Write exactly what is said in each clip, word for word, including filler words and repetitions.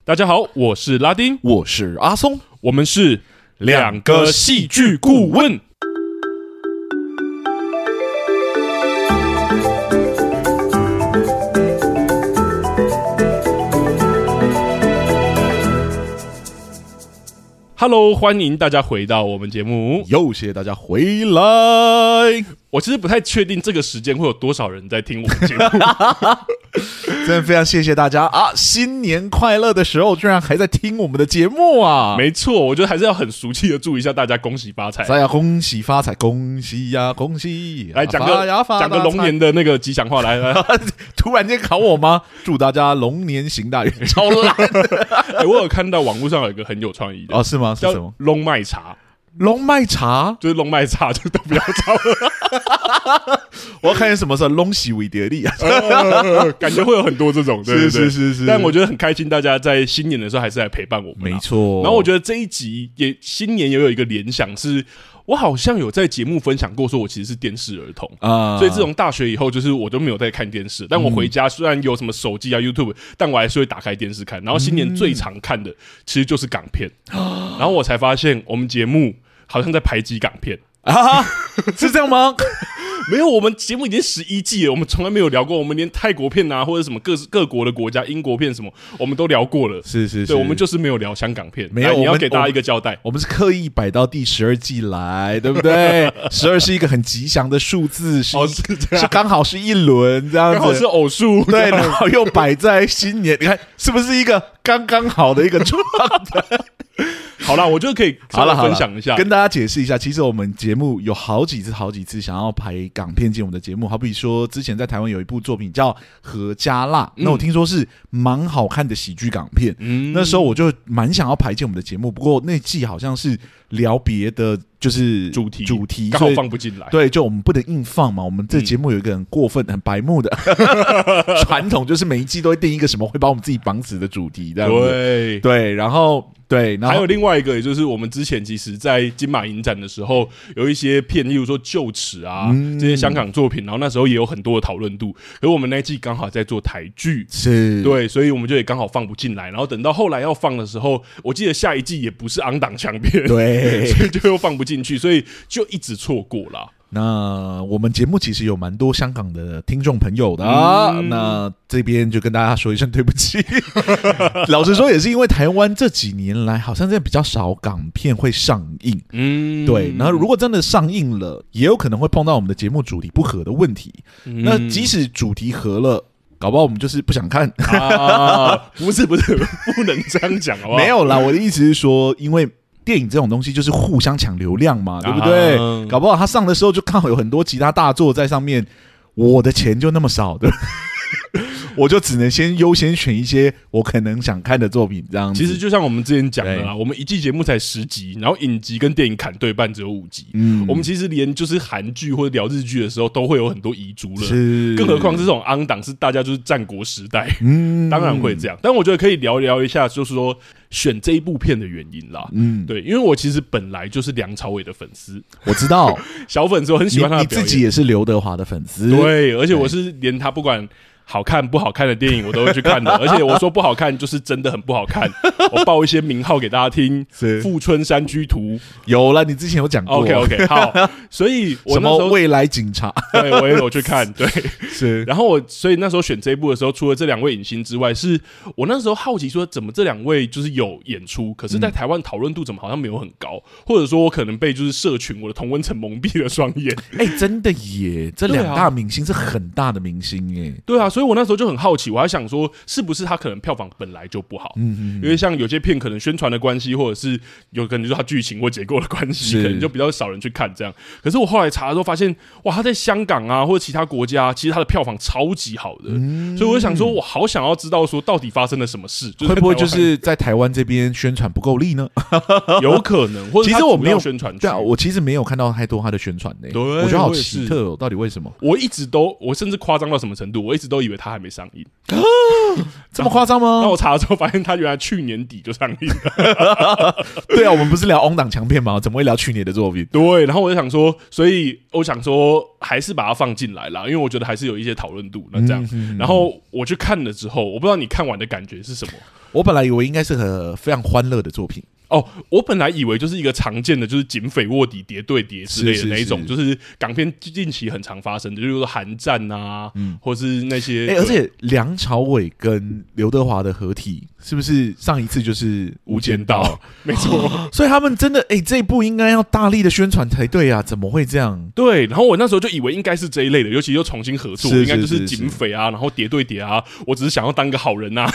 大家好，我是拉丁， 我是阿松， 我们是两个戏剧顾问。Hello， 欢迎大家回到我们节目， 又谢谢大家回来。 我其实不太确定这个时间会有多少人在听我们节目， 真的非常谢谢大家啊！新年快乐的时候，居然还在听我们的节目啊！ 没错，我觉得还是要很俗气的祝一下大家恭喜发财， 大家恭喜发财，恭喜呀、啊，恭喜！ 来讲个讲个龙年的那个吉祥话，来来， 突然间考我吗？祝大家龙年行大运，超烂的！ 哎、欸，我有看到网络上有一个很有创意的哦，是吗？是什么？ 龙脉茶。 龙脉茶就是龙脉茶，就都不要吵了。 我要看什么时候龙喜韦德利啊、 呃，感觉会有很多这种，对对对是是是是。 但我觉得很开心，大家在新年的时候还是来陪伴我们。 没错。 然后我觉得这一集也新年也有一个联想是。我好像有在节目分享过，说我其实是电视儿童啊，所以自从大学以后，就是我都没有在看电视。但我回家虽然有什么手机啊、YouTube， 但我还是会打开电视看。然后新年最常看的其实就是港片，然后我才发现我们节目好像在排挤港片啊，是这样吗？ 没有，我们节目已经十一季了，我们从来没有聊过，我们连泰国片啊，或者什么各各国的国家、英国片什么，我们都聊过了。 是是是， 对，我们就是没有聊香港片。 没有， 你要给大家一个交代。 我们是刻意摆到第十二季来，对不对？十二是一个很吉祥的数字，是、 哦、是这样， 是刚好是一轮这样子， 刚好是偶数， 对，然后又摆在新年，你看是不是一个刚刚好的一个状态？ 好啦，我觉得可以稍微分享一下， 跟大家解释一下。其实我们节目有好几次、好几次想要排港片进我们的节目，好比说之前在台湾有一部作品叫《何家辣》，嗯、那我听说是蛮好看的喜剧港片。嗯，那时候我就蛮想要排进我们的节目，不过那季好像是聊别的，就是主题主题刚好放不进来。 对，就我们不能硬放嘛。我们这节目有一个很过分、很白目的传统，就是每一季都会定一个什么会把我们自己绑死的主题，这样子。 对对，然后。对，然后还有另外一个，也就是我们之前其实，在金马影展的时候，有一些片，例如说《臼齿》啊、嗯、这些香港作品，然后那时候也有很多的讨论度。可是我们那一季刚好在做台剧， 是对，所以我们就也刚好放不进来。然后等到后来要放的时候，我记得下一季也不是昂档强片， 对， 所以就又放不进去，所以就一直错过了。 那我们节目其实有蛮多香港的听众朋友的、啊嗯、那这边就跟大家说一声对不起。老实说，也是因为台湾这几年来好像真的比较少港片会上映，嗯，对。然后如果真的上映了，也有可能会碰到我们的节目主题不合的问题。嗯、那即使主题合了，搞不好我们就是不想看。 啊、不是不是，不能这样讲好不好？ 没有啦，我的意思是说，因为。电影这种东西就是互相抢流量嘛，对不对？啊、搞不好他上的时候就刚好有很多其他大作在上面，我的钱就那么少的，我就只能先优先选一些我可能想看的作品，这样子。 其实就像我们之前讲的啦，我们一季节目才十集，然后影集跟电影砍对半只有五集。嗯，我们其实连就是韩剧或者聊日剧的时候，都会有很多遗珠了。是，更何况这种昂档是大家就是战国时代，嗯，当然会这样。但我觉得可以聊聊一下，就是说选这一部片的原因啦。嗯，对，因为我其实本来就是梁朝伟的粉丝， 我知道小粉丝，我很喜欢他的表演。 你自己也是刘德华的粉丝， 对，而且我是连他不管。好看不好看的电影我都会去看的，而且我说不好看就是真的很不好看。我报一些名号给大家听，《富春山居图》 有了，你之前有讲过。 OK OK， 好，所以我那时候什么未来警察， 对我也有去看，对，是。然后我所以那时候选这一部的时候，除了这两位影星之外，是我那时候好奇说，怎么这两位就是有演出，可是在台湾讨论度怎么好像没有很高，或者说我可能被就是社群我的同温层蒙蔽了双眼。 哎、欸，真的耶，这两大明星是很大的明星耶。 对啊。所以我那时候就很好奇，我还想说，是不是他可能票房本来就不好？嗯嗯，因为像有些片可能宣传的关系，或者是有可能就是他剧情或结构的关系，可能就比较少人去看这样。可是我后来查的时候发现，哇，他在香港啊或者其他国家，其实他的票房超级好的。嗯、所以我就想说，我好想要知道说，到底发生了什么事？就是、 会不会就是在台湾这边宣传不够力呢？ 有可能，或者其实我没有宣传， 对啊，我其实没有看到太多他的宣传呢。 对， 我觉得好奇特哦，到底为什么？ 我一直都，我甚至夸张到什么程度？我一直都以为他还没上映。 这么夸张吗？ 那我查了之后发现，他原来去年底就上映了。 对啊，我们不是聊翁档强片吗？怎么会聊去年的作品？ 对，然后我就想说，所以我想说，还是把它放进来啦，因为我觉得还是有一些讨论度。那这样，嗯、然后我去看了之后，我不知道你看完的感觉是什么。 我本来以为应该是个非常欢乐的作品。 哦，我本来以为就是一个常见的，就是警匪卧底、谍对谍之类的那一种，是是是就是港片近期很常发生的，就是说韩战啊，嗯，或是那些。 哎、欸，而且梁朝伟跟刘德华的合体，是不是上一次就是《无间道》？ 没错， 所以他们真的，哎、欸，这一部应该要大力的宣传才对啊，怎么会这样？ 对，然后我那时候就以为应该是这一类的，尤其又重新合作，是是是是应该就是警匪啊，然后谍对谍啊，我只是想要当个好人啊。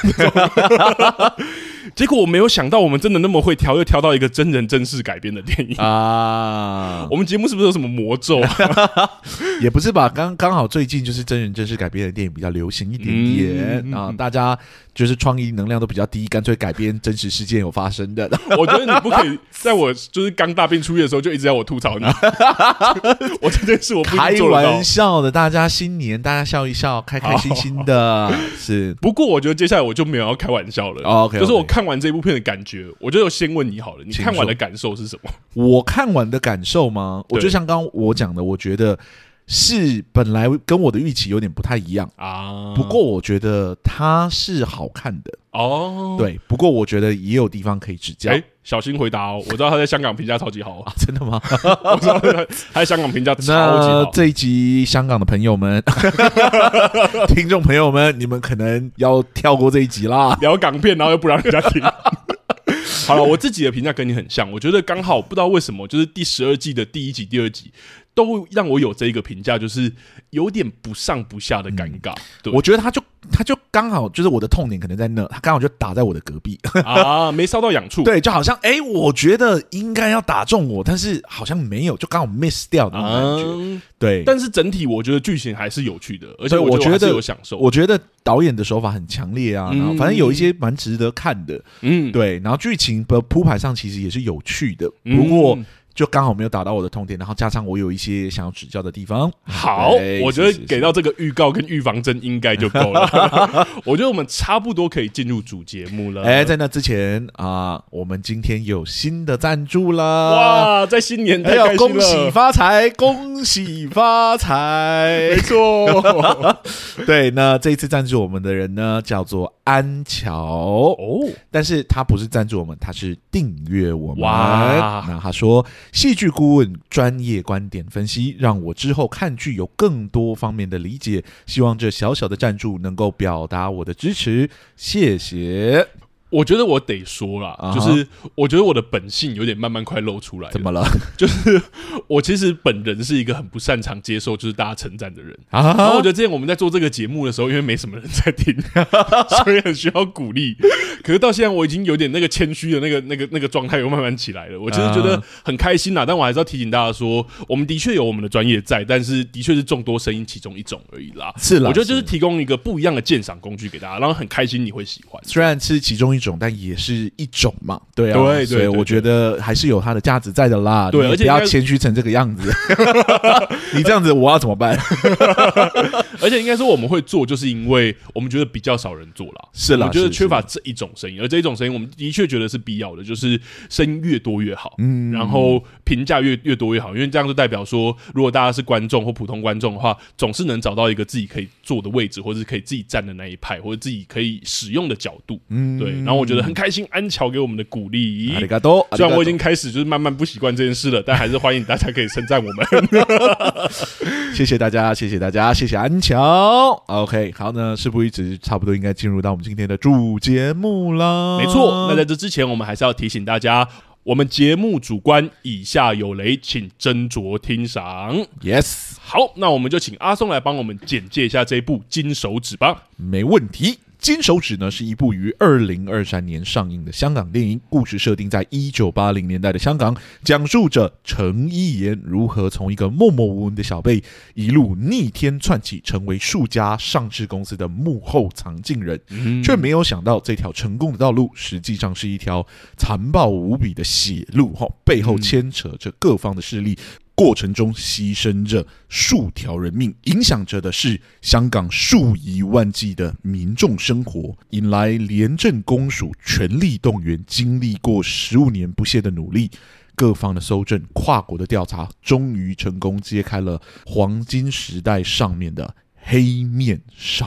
结果我没有想到，我们真的那么会挑，又挑到一个真人真事改编的电影啊！我们节目是不是有什么魔咒啊？ 也不是吧，刚刚好最近就是真人真事改编的电影比较流行一点点、嗯、啊，大家就是创意能量都比较低，干脆改编真实事件有发生的。 我觉得你不可以在我就是刚大病初愈的时候就一直要我吐槽你，我这件事我不一定做得到。 开玩笑的，大家新年大家笑一笑，开开心心的。是， 不过我觉得接下来我就没有要开玩笑了。 Oh, okay, okay. 就是我看完这部片的感觉，我就先问你好了，你看完的感受是什么？ 我看完的感受吗？我就像刚刚我讲的，我觉得是本来跟我的预期有点不太一样啊。不过我觉得它是好看的哦。对，不过我觉得也有地方可以指教。欸小心回答哦！我知道他在香港评价超级好啊，真的吗？ 我知道他在香港评价超级好。 这一集香港的朋友们、听众朋友们，你们可能要跳过这一集啦。 聊港片，然后又不让人家听。好了，我自己的评价跟你很像，我觉得刚好不知道为什么，就是第十二季的第一集、第二集都让我有这一个评价，就是有点不上不下的尴尬。嗯、对， 我觉得他就他就刚好就是我的痛点可能在那，他刚好就打在我的隔壁啊，没烧到痒处。 对，就好像哎、欸，我觉得应该要打中我，但是好像没有，就刚好 miss 掉那种感觉。嗯、对， 但是整体我觉得剧情还是有趣的，而且我觉得有享受。 我觉得导演的手法很强烈啊，然后反正有一些蛮值得看的。嗯，对，然后剧情的铺排上其实也是有趣的，不过。嗯就刚好没有打到我的痛点，然后加上我有一些想要指教的地方。 好，我觉得给到这个预告跟预防针应该就够了。我觉得我们差不多可以进入主节目了。 哎，在那之前啊，我们今天有新的赞助啦！ 哇，在新年太开心了， 恭喜发财，恭喜发财！ 没错， 对，那这一次赞助我们的人呢，叫做安乔哦，但是他不是赞助我们，他是订阅我们。哇，那他说。戏剧顾问专业观点分析，让我之后看剧有更多方面的理解。希望这小小的赞助能够表达我的支持，谢谢。 我觉得我得说啦， uh-huh. 就是我觉得我的本性有点慢慢快露出来了。 怎么了？ 就是我其实本人是一个很不擅长接受就是大家称赞的人。Uh-huh. 然后我觉得之前我们在做这个节目的时候，因为没什么人在听，所以很需要鼓励。可是到现在我已经有点那个谦虚的那个那个那个状态又慢慢起来了。我其实觉得很开心啦，但我还是要提醒大家说，我们的确有我们的专业在，但是的确是众多声音其中一种而已啦。 是啦， 我觉得就是提供一个不一样的鉴赏工具给大家，然后很开心你会喜欢。 虽然是其中一种，但也是一种嘛，对啊， 对对对对， 所以我觉得还是有它的价值在的啦。对，而且不要谦虚成这个样子，你这样子我要怎么办？ 而且应该说我们会做，就是因为我们觉得比较少人做啦， 是啦， 我觉得缺乏这一种声音，而这一种声音我们的确觉得是必要的，就是声音越多越好，嗯，然后评价越越多越好，因为这样就代表说，如果大家是观众或普通观众的话，总是能找到一个自己可以坐的位置，或者是可以自己站的那一派，或者自己可以使用的角度，嗯，对。然后我觉得很开心，安乔给我们的鼓励， ありがとう。 虽然我已经开始就是慢慢不习惯这件事了，但还是欢迎大家可以称赞我们。 谢谢大家，谢谢大家，谢谢安乔。OK， 好呢，事不宜迟，差不多应该进入到我们今天的主节目啦。 没错，那在这之前，我们还是要提醒大家，我们节目主观以下有雷，请斟酌听赏。 Yes， 好，那我们就请阿松来帮我们简介一下这一部《金手指》吧。 没问题。《金手指》呢是一部于二零二三年上映的香港电影，故事设定在一九八零年代的香港，讲述着陈一言如何从一个默默无闻的小辈，一路逆天窜起，成为数家上市公司的幕后藏镜人，嗯、却没有想到这条成功的道路实际上是一条残暴无比的血路，背后牵扯着各方的势力。过程中牺牲着数条人命，影响着的是香港数以万计的民众生活，引来廉政公署全力动员，经历过十五年不懈的努力，各方的搜证、跨国的调查，终于成功揭开了黄金时代上面的黑面纱。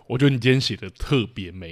我觉得你今天写的特别美，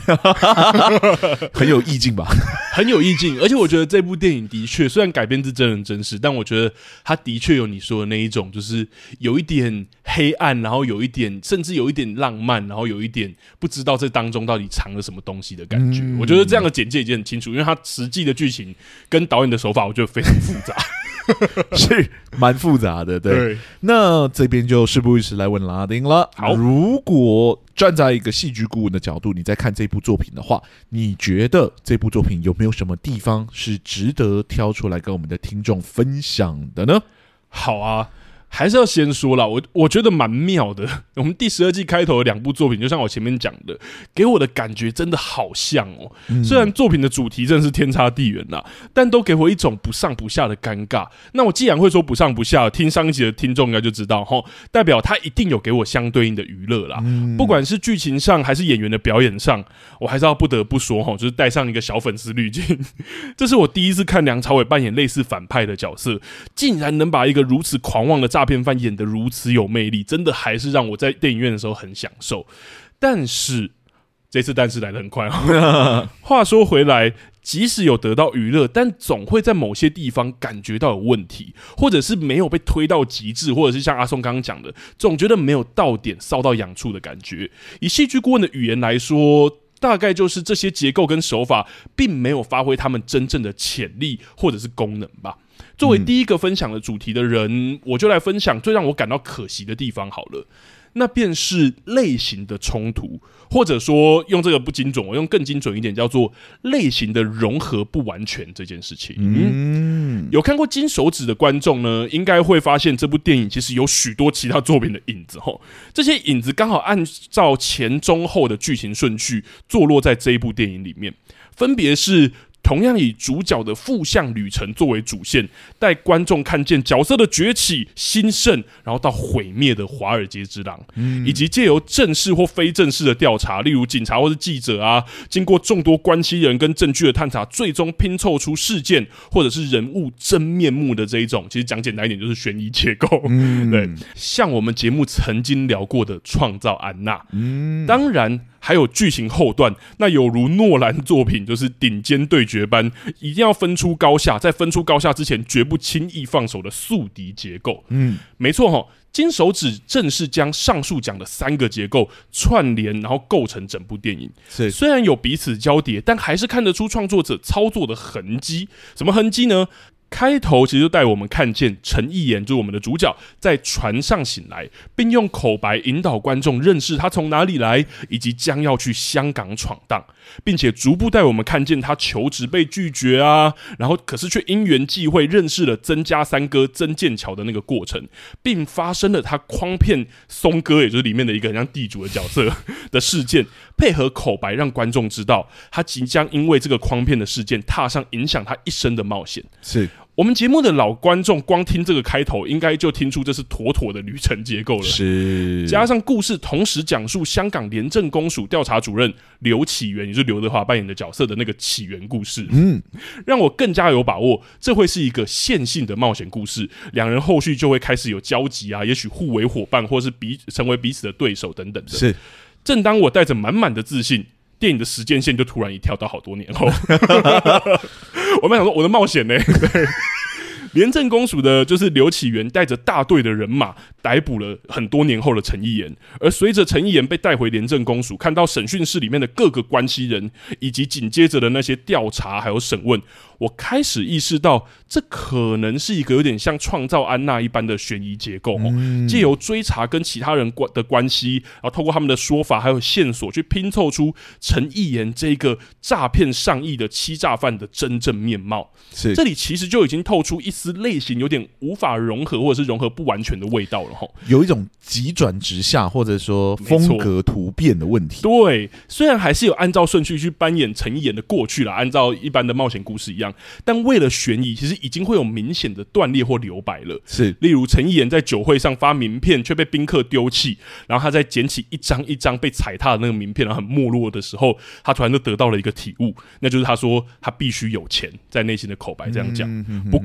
很有意境吧？ 很有意境，而且我觉得这部电影的确虽然改编自真人真事，但我觉得它的确有你说的那一种，就是有一点黑暗，然后有一点甚至有一点浪漫，然后有一点不知道这当中到底藏了什么东西的感觉。嗯、我觉得这样的简介已经很清楚，因为它实际的剧情跟导演的手法，我觉得非常复杂。 是蛮复杂的， 对, 对。那这边就事不宜迟来问拉丁了。 好， 如果站在一个戏剧顾问的角度，你在看这部作品的话，你觉得这部作品有没有什么地方是值得挑出来跟我们的听众分享的呢？ 好啊。还是要先说啦，我我觉得蛮妙的。我们第十二季开头的两部作品，就像我前面讲的，给我的感觉真的好像哦。嗯、虽然作品的主题真的是天差地远啦，但都给我一种不上不下的尴尬。那我既然会说不上不下，听上一集的听众应该就知道齁，代表他一定有给我相对应的娱乐啦。嗯、不管是剧情上还是演员的表演上，我还是要不得不说齁，就是带上一个小粉丝滤镜。这是我第一次看梁朝伟扮演类似反派的角色，竟然能把一个如此狂妄的诈骗犯演得如此有魅力，真的还是让我在电影院的时候很享受。但是这次但是来得很快哦。话说回来，即使有得到娱乐，但总会在某些地方感觉到有问题，或者是没有被推到极致，或者是像阿松刚刚讲的，总觉得没有到点，烧到痒处的感觉。以戏剧顾问的语言来说，大概就是这些结构跟手法并没有发挥他们真正的潜力或者是功能吧。作为第一个分享的主题的人，嗯、我就来分享最让我感到可惜的地方好了。那便是类型的冲突，或者说用这个不精准，我用更精准一点，叫做类型的融合不完全这件事情。嗯，有看过《金手指》的观众呢，应该会发现这部电影其实有许多其他作品的影子齁。这些影子刚好按照前中后的剧情顺序坐落在这一部电影里面，分别是同样以主角的负向旅程作为主线，带观众看见角色的崛起、兴盛，然后到毁灭的华尔街之狼，嗯、以及借由正式或非正式的调查，例如警察或是记者啊，经过众多关系人跟证据的探查，最终拼凑出事件或者是人物真面目的这一种，其实讲简单一点就是悬疑结构。嗯、对，像我们节目曾经聊过的《创造安娜》，嗯、当然。还有剧情后段，那有如诺兰作品，就是顶尖对决般，一定要分出高下，在分出高下之前，绝不轻易放手的宿敌结构。嗯，没错齁。金手指正是将上述讲的三个结构串联，然后构成整部电影。虽然有彼此交叠，但还是看得出创作者操作的痕迹。什么痕迹呢？开头其实就带我们看见陈义言，就是我们的主角，在船上醒来，并用口白引导观众认识他从哪里来，以及将要去香港闯荡，并且逐步带我们看见他求职被拒绝啊，然后可是却因缘际会认识了曾家三哥曾剑桥的那个过程，并发生了他诓骗松哥，也就是里面的一个很像地主的角色的事件，配合口白让观众知道他即将因为这个诓骗的事件踏上影响他一生的冒险。 是我们节目的老观众光听这个开头，应该就听出这是妥妥的旅程结构了。 是， 加上故事同时讲述香港廉政公署调查主任刘启元，也就是刘德华扮演的角色的那个起源故事，嗯，让我更加有把握，这会是一个线性的冒险故事，两人后续就会开始有交集啊，也许互为伙伴，或是彼成为彼此的对手等等的。 是， 正当我带着满满的自信，电影的时间线就突然一跳到好多年后，我们想说我的冒险呢？对。廉政公署的就是刘启元带着大队的人马逮捕了很多年后的陈义言，而随着陈义言被带回廉政公署，看到审讯室里面的各个关系人，以及紧接着的那些调查还有审问，我开始意识到这可能是一个有点像创造安娜一般的悬疑结构，借由追查跟其他人的关系，然后透过他们的说法还有线索去拼凑出陈义言这个诈骗上亿的欺诈犯的真正面貌。 是， 这里其实就已经透出一丝类型有点无法融合或者是融合不完全的味道了， 有一种急转直下或者说风格突变的问题。 对，虽然还是有按照顺序去扮演陈义言的过去啦，按照一般的冒险故事一样，但为了悬疑，其实已经会有明显的断裂或留白了。 是， 例如陈义言在酒会上发名片却被宾客丢弃，然后他在捡起一张一张被踩踏的那个名片，然后很没落的时候，他突然就得到了一个体悟，那就是他说他必须有钱，在内心的口白这样讲。嗯、不过故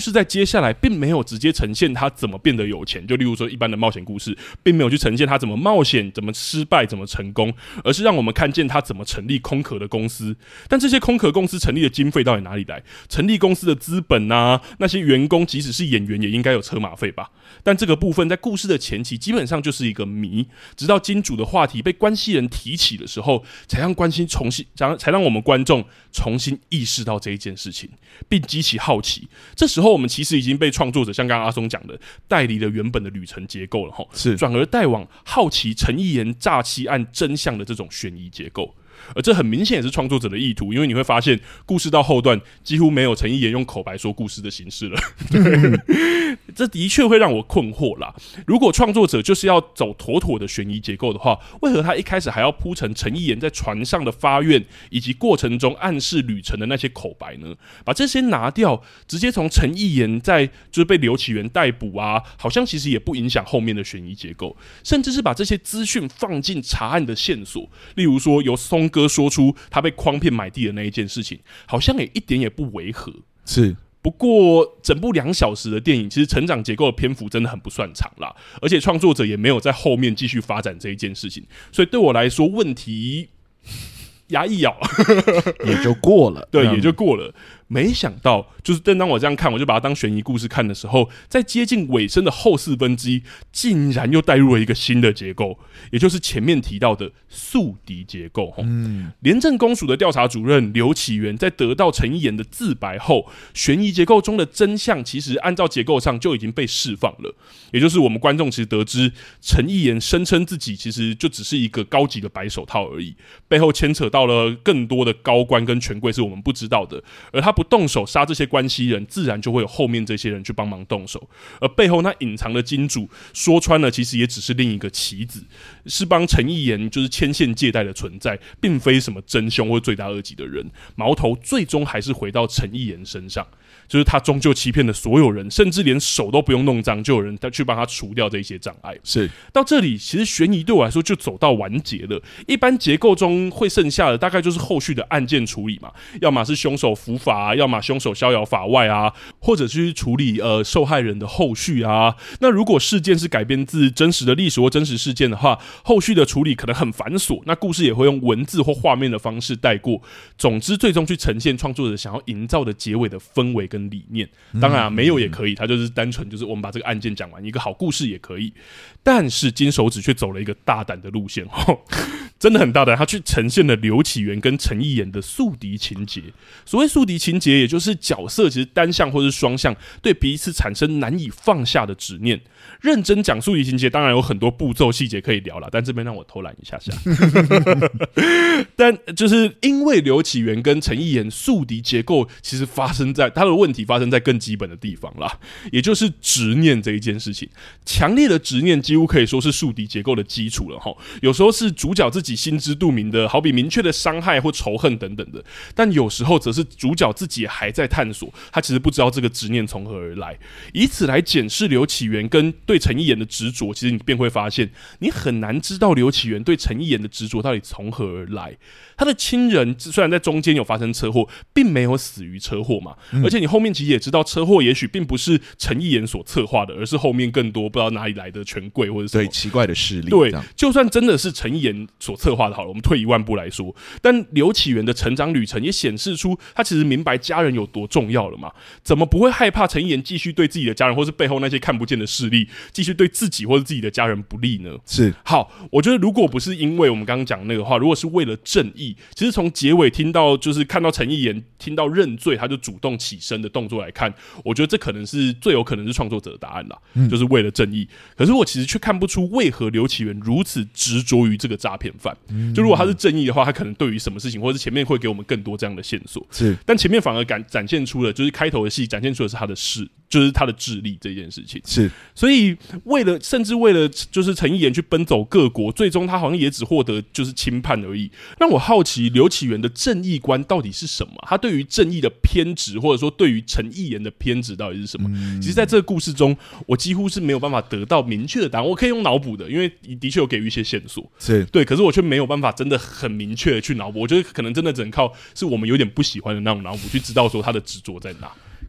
事在接下来并没有直接呈现他怎么变得有钱，就例如说一般的冒险故事，并没有去呈现他怎么冒险、怎么失败、怎么成功，而是让我们看见他怎么成立空壳的公司。但这些空壳公司成立的经费到底哪里来？成立公司的资本啊，那些员工即使是演员也应该有车马费吧？但这个部分在故事的前期基本上就是一个谜，直到金主的话题被关系人提起的时候，才让关系重新，才让我们观众重新意识到这一件事情，并激起好奇。这时候我们其实已经被创作者像刚刚阿松讲的，带离了原本的旅程结构了，是转而带往好奇陈逸言诈欺案真相的这种悬疑结构。而这很明显也是创作者的意图，因为你会发现故事到后段几乎没有陈逸言用口白说故事的形式了。这的确会让我困惑啦。如果创作者就是要走妥妥的悬疑结构的话，为何他一开始还要铺陈陈逸言在船上的发愿，以及过程中暗示旅程的那些口白呢？把这些拿掉，直接从陈逸言在就是被刘启元逮捕啊，好像其实也不影响后面的悬疑结构，甚至是把这些资讯放进查案的线索，例如说由松哥说出他被诓骗买地的那一件事情，好像也一点也不违和。 是。 不过，整部两小时的电影，其实成长结构的篇幅真的很不算长啦，而且创作者也没有在后面继续发展这一件事情，所以对我来说，问题牙一咬也就过了， 对，也就过了。没想到，就是正当我这样看，我就把它当悬疑故事看的时候，在接近尾声的后四分之一，竟然又带入了一个新的结构，也就是前面提到的宿敌结构。嗯，廉政公署的调查主任刘启元在得到陈逸言的自白后，悬疑结构中的真相其实按照结构上就已经被释放了，也就是我们观众其实得知陈逸言声称自己其实就只是一个高级的白手套而已，背后牵扯到了更多的高官跟权贵是我们不知道的，而他不动手杀这些关系人，自然就会有后面这些人去帮忙动手，而背后那隐藏的金主说穿了其实也只是另一个棋子，是帮陈逸言就是牵线借贷的存在，并非什么真凶或罪大恶极的人，矛头最终还是回到陈逸言身上，就是他终究欺骗了所有人，甚至连手都不用弄脏，就有人去帮他除掉这些障碍。 是到这里，其实悬疑对我来说就走到完结了。一般结构中会剩下的大概就是后续的案件处理嘛，要么是凶手伏法啊，要么凶手逍遥法外啊，或者是处理呃受害人的后续啊。那如果事件是改编自真实的历史或真实事件的话，后续的处理可能很繁琐，那故事也会用文字或画面的方式带过。总之，最终去呈现创作者想要营造的结尾的氛围跟理念。当然、啊、没有也可以，他就是单纯就是我们把这个案件讲完，一个好故事也可以。但是金手指却走了一个大胆的路线，真的很大胆，他去呈现了刘启元跟陈逸言的宿敌情节。所谓宿敌情节，也就是角色其实单向或是双向对彼此产生难以放下的执念。认真讲宿敌情节，当然有很多步骤细节可以聊啦，但这边让我偷懒一下下。但就是因为刘启元跟陈逸言宿敌结构，其实发生在他的问题发生在更基本的地方啦，也就是执念这一件事情。强烈的执念几乎可以说是宿敌结构的基础了齁。有时候是主角自己心知肚明的，好比明确的伤害或仇恨等等的，但有时候则是主角自己还在探索，他其实不知道这个执念从何而来。以此来检视刘启元跟对陈逸言的执着，其实你便会发现，你很难知道刘启元对陈逸言的执着到底从何而来。他的亲人虽然在中间有发生车祸，并没有死于车祸嘛、嗯，而且你后面其实也知道，车祸也许并不是陈逸言所策划的，而是后面更多不知道哪里来的权贵或者什么对奇怪的势力。 对，就算真的是陈逸言所策划的，好了，我们退一万步来说，但刘启元的成长旅程也显示出他其实明白家人有多重要了嘛？怎么不会害怕陈逸言继续对自己的家人，或是背后那些看不见的势力，继续对自己或是自己的家人不利呢？ 是好，我觉得如果不是因为我们刚刚讲的那个话，如果是为了正义，其实从结尾听到就是看到陈逸言听到认罪，他就主动起身的动作来看，我觉得这可能是最有可能是创作者的答案啦、嗯，就是为了正义。可是我其实却看不出为何刘启元如此执着于这个诈骗犯、嗯。就如果他是正义的话，他可能对于什么事情，或者是前面会给我们更多这样的线索。 是， 但前面反而展展现出了，就是开头的戏展现出的是他的事，就是他的智力这件事情。 是， 所以为了甚至为了就是陈逸言去奔走各国，最终他好像也只获得就是轻判而已。让我好奇刘启元的正义观到底是什么？他对于正义的偏执，或者说对于陈逸言的偏执到底是什么？嗯、其实在这个故事中，我几乎是没有办法得到明确的答案。我可以用脑补的，因为的确有给予一些线索， 是对，可是我却没有办法真的很明确的去脑补。我觉得可能真的只能靠是我们有点不喜欢的那种脑补去知道说他的执着在哪。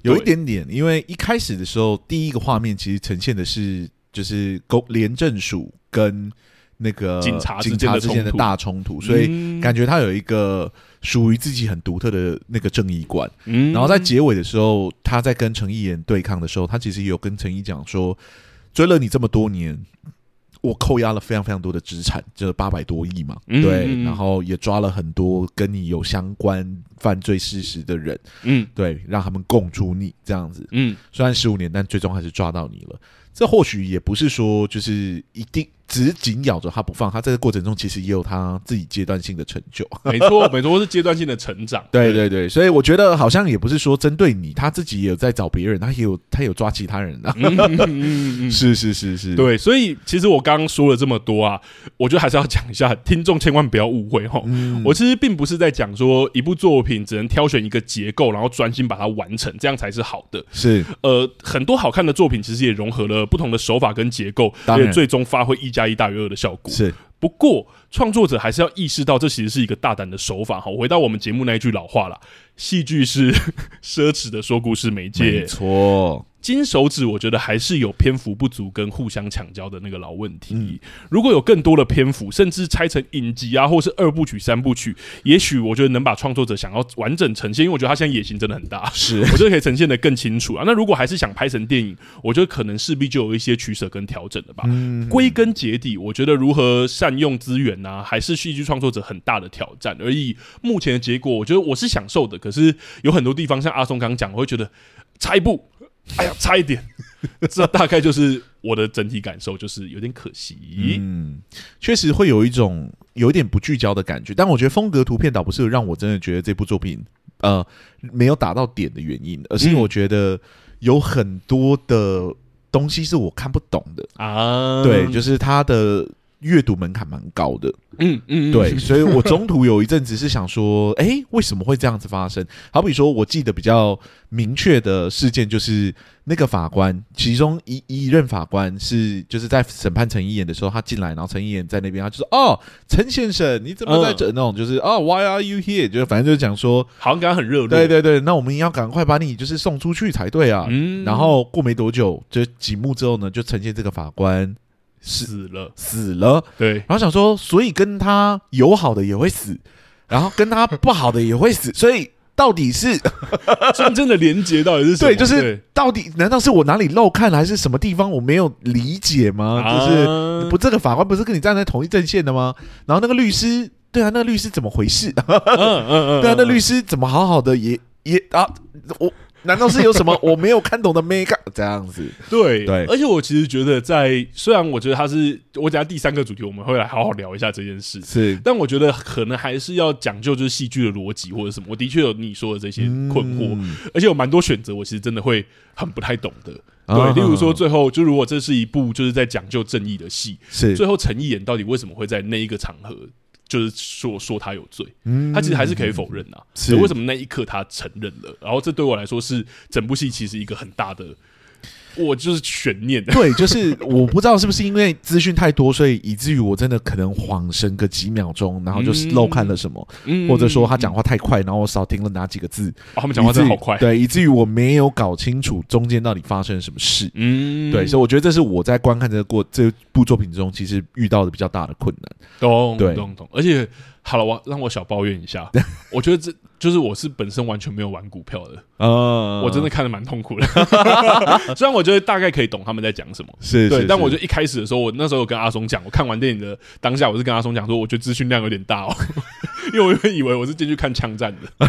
有一点点，因为一开始的时候，第一个画面其实呈现的是就是廉政署跟那个警察之间的大冲突，所以感觉他有一个属于自己很独特的那个正义观。嗯，然后在结尾的时候，他在跟陈义言对抗的时候，他其实也有跟陈义讲说，追了你这么多年，我扣押了非常非常多的资产，就是八百多亿嘛，嗯、对，然后也抓了很多跟你有相关犯罪事实的人，嗯，对，让他们供出你这样子，嗯，虽然十五年，但最终还是抓到你了。这或许也不是说就是一定只是紧咬着他不放，他在这个过程中其实也有他自己阶段性的成就。 没错，没错，是阶段性的成长。 对对对，所以我觉得好像也不是说针对你，他自己也有在找别人，他也有他有抓其他人啊。嗯嗯嗯、是是是是， 对，所以其实我刚刚说了这么多啊，我觉得还是要讲一下，听众千万不要误会哈。嗯、我其实并不是在讲说一部作品只能挑选一个结构，然后专心把它完成，这样才是好的。 是， 呃，很多好看的作品其实也融合了不同的手法跟结构，而且最终发挥一加一大于二的效果。 是， 不过创作者还是要意识到，这其实是一个大胆的手法。我回到我们节目那一句老话啦，戏剧是奢侈的说故事媒介。 没错。 金手指我觉得还是有篇幅不足跟互相抢焦的那个老问题、嗯、如果有更多的篇幅，甚至拆成影集啊，或是二部曲三部曲，也许我觉得能把创作者想要完整呈现，因为我觉得他现在野心真的很大， 是我觉得可以呈现得更清楚啊。那如果还是想拍成电影，我觉得可能势必就有一些取舍跟调整了吧。归、嗯、根结底，我觉得如何善用资源啊，还是戏剧创作者很大的挑战。而以目前的结果，我觉得我是享受的，可是有很多地方像阿松刚刚讲，我会觉得差一步，哎呀，差一点，这大概就是我的整体感受，就是有点可惜。 嗯，确实会有一种有一点不聚焦的感觉，但我觉得风格图片倒不是让我真的觉得这部作品呃没有打到点的原因，而是因为我觉得有很多的东西是我看不懂的啊。对，就是它的阅读门槛蛮高的。嗯嗯，对，所以我中途有一阵子是想说，哎、欸，为什么会这样子发生？好比说，我记得比较明确的事件就是那个法官，其中一一任法官是就是在审判陈义言的时候，他进来，然后陈义言在那边，他就说：“哦，陈先生，你怎么在这？”嗯、那种就是哦 ，Why are you here？ 就反正就是讲说， 好像刚刚很热络。 对对对，那我们要赶快把你就是送出去才对啊。嗯、然后过没多久，就几幕之后呢，就呈现这个法官。 死了， 死了， 对， 然后想说，所以跟他友好的也会死，然后跟他不好的也会死，所以到底是真正的连结到底是什么？ 对，就是到底难道是我哪里漏看了，还是什么地方我没有理解吗？啊、就是不，这个法官不是跟你站在同一阵线的吗？然后那个律师，对啊，那个律师怎么回事？嗯嗯嗯，对啊，那律师怎么好好的也也啊，我。难道是有什么我没有看懂的 make up 这样子？ 对对， 而且我其实觉得在，虽然我觉得他是，我等一下第三个主题我们会来好好聊一下这件事， 是， 但我觉得可能还是要讲究就是戏剧的逻辑或者什么。我的确有你说的这些困惑，嗯、而且有蛮多选择，我其实真的会很不太懂的。对，啊、例如说最后就如果这是一部就是在讲究正义的戏， 是最后陈义言到底为什么会在那一个场合？就是说说他有罪，嗯、他其实还是可以否认啊。是为什么那一刻他承认了？然后这对我来说是整部戏其实一个很大的，我就是悬念。 对，就是我不知道是不是因为资讯太多，所以以至于我真的可能恍神个几秒钟，然后就是漏看了什么，嗯、或者说他讲话太快，然后我少听了哪几个字。 哦、他们讲话真的好快， 对，以至于我没有搞清楚中间到底发生了什么事。嗯，对，所以我觉得这是我在观看这个过这部作品中，其实遇到的比较大的困难。 懂懂懂，而且好了，我让我小抱怨一下，我觉得这就是我是本身完全没有玩股票的，呃、我真的看得蛮痛苦的。虽然我觉得大概可以懂他们在讲什么， 是， 对， 是但我觉得一开始的时候，我那时候有跟阿松讲，我看完电影的当下，我是跟阿松讲说，我觉得资讯量有点大哦，因为我原本以为我是进去看枪战的。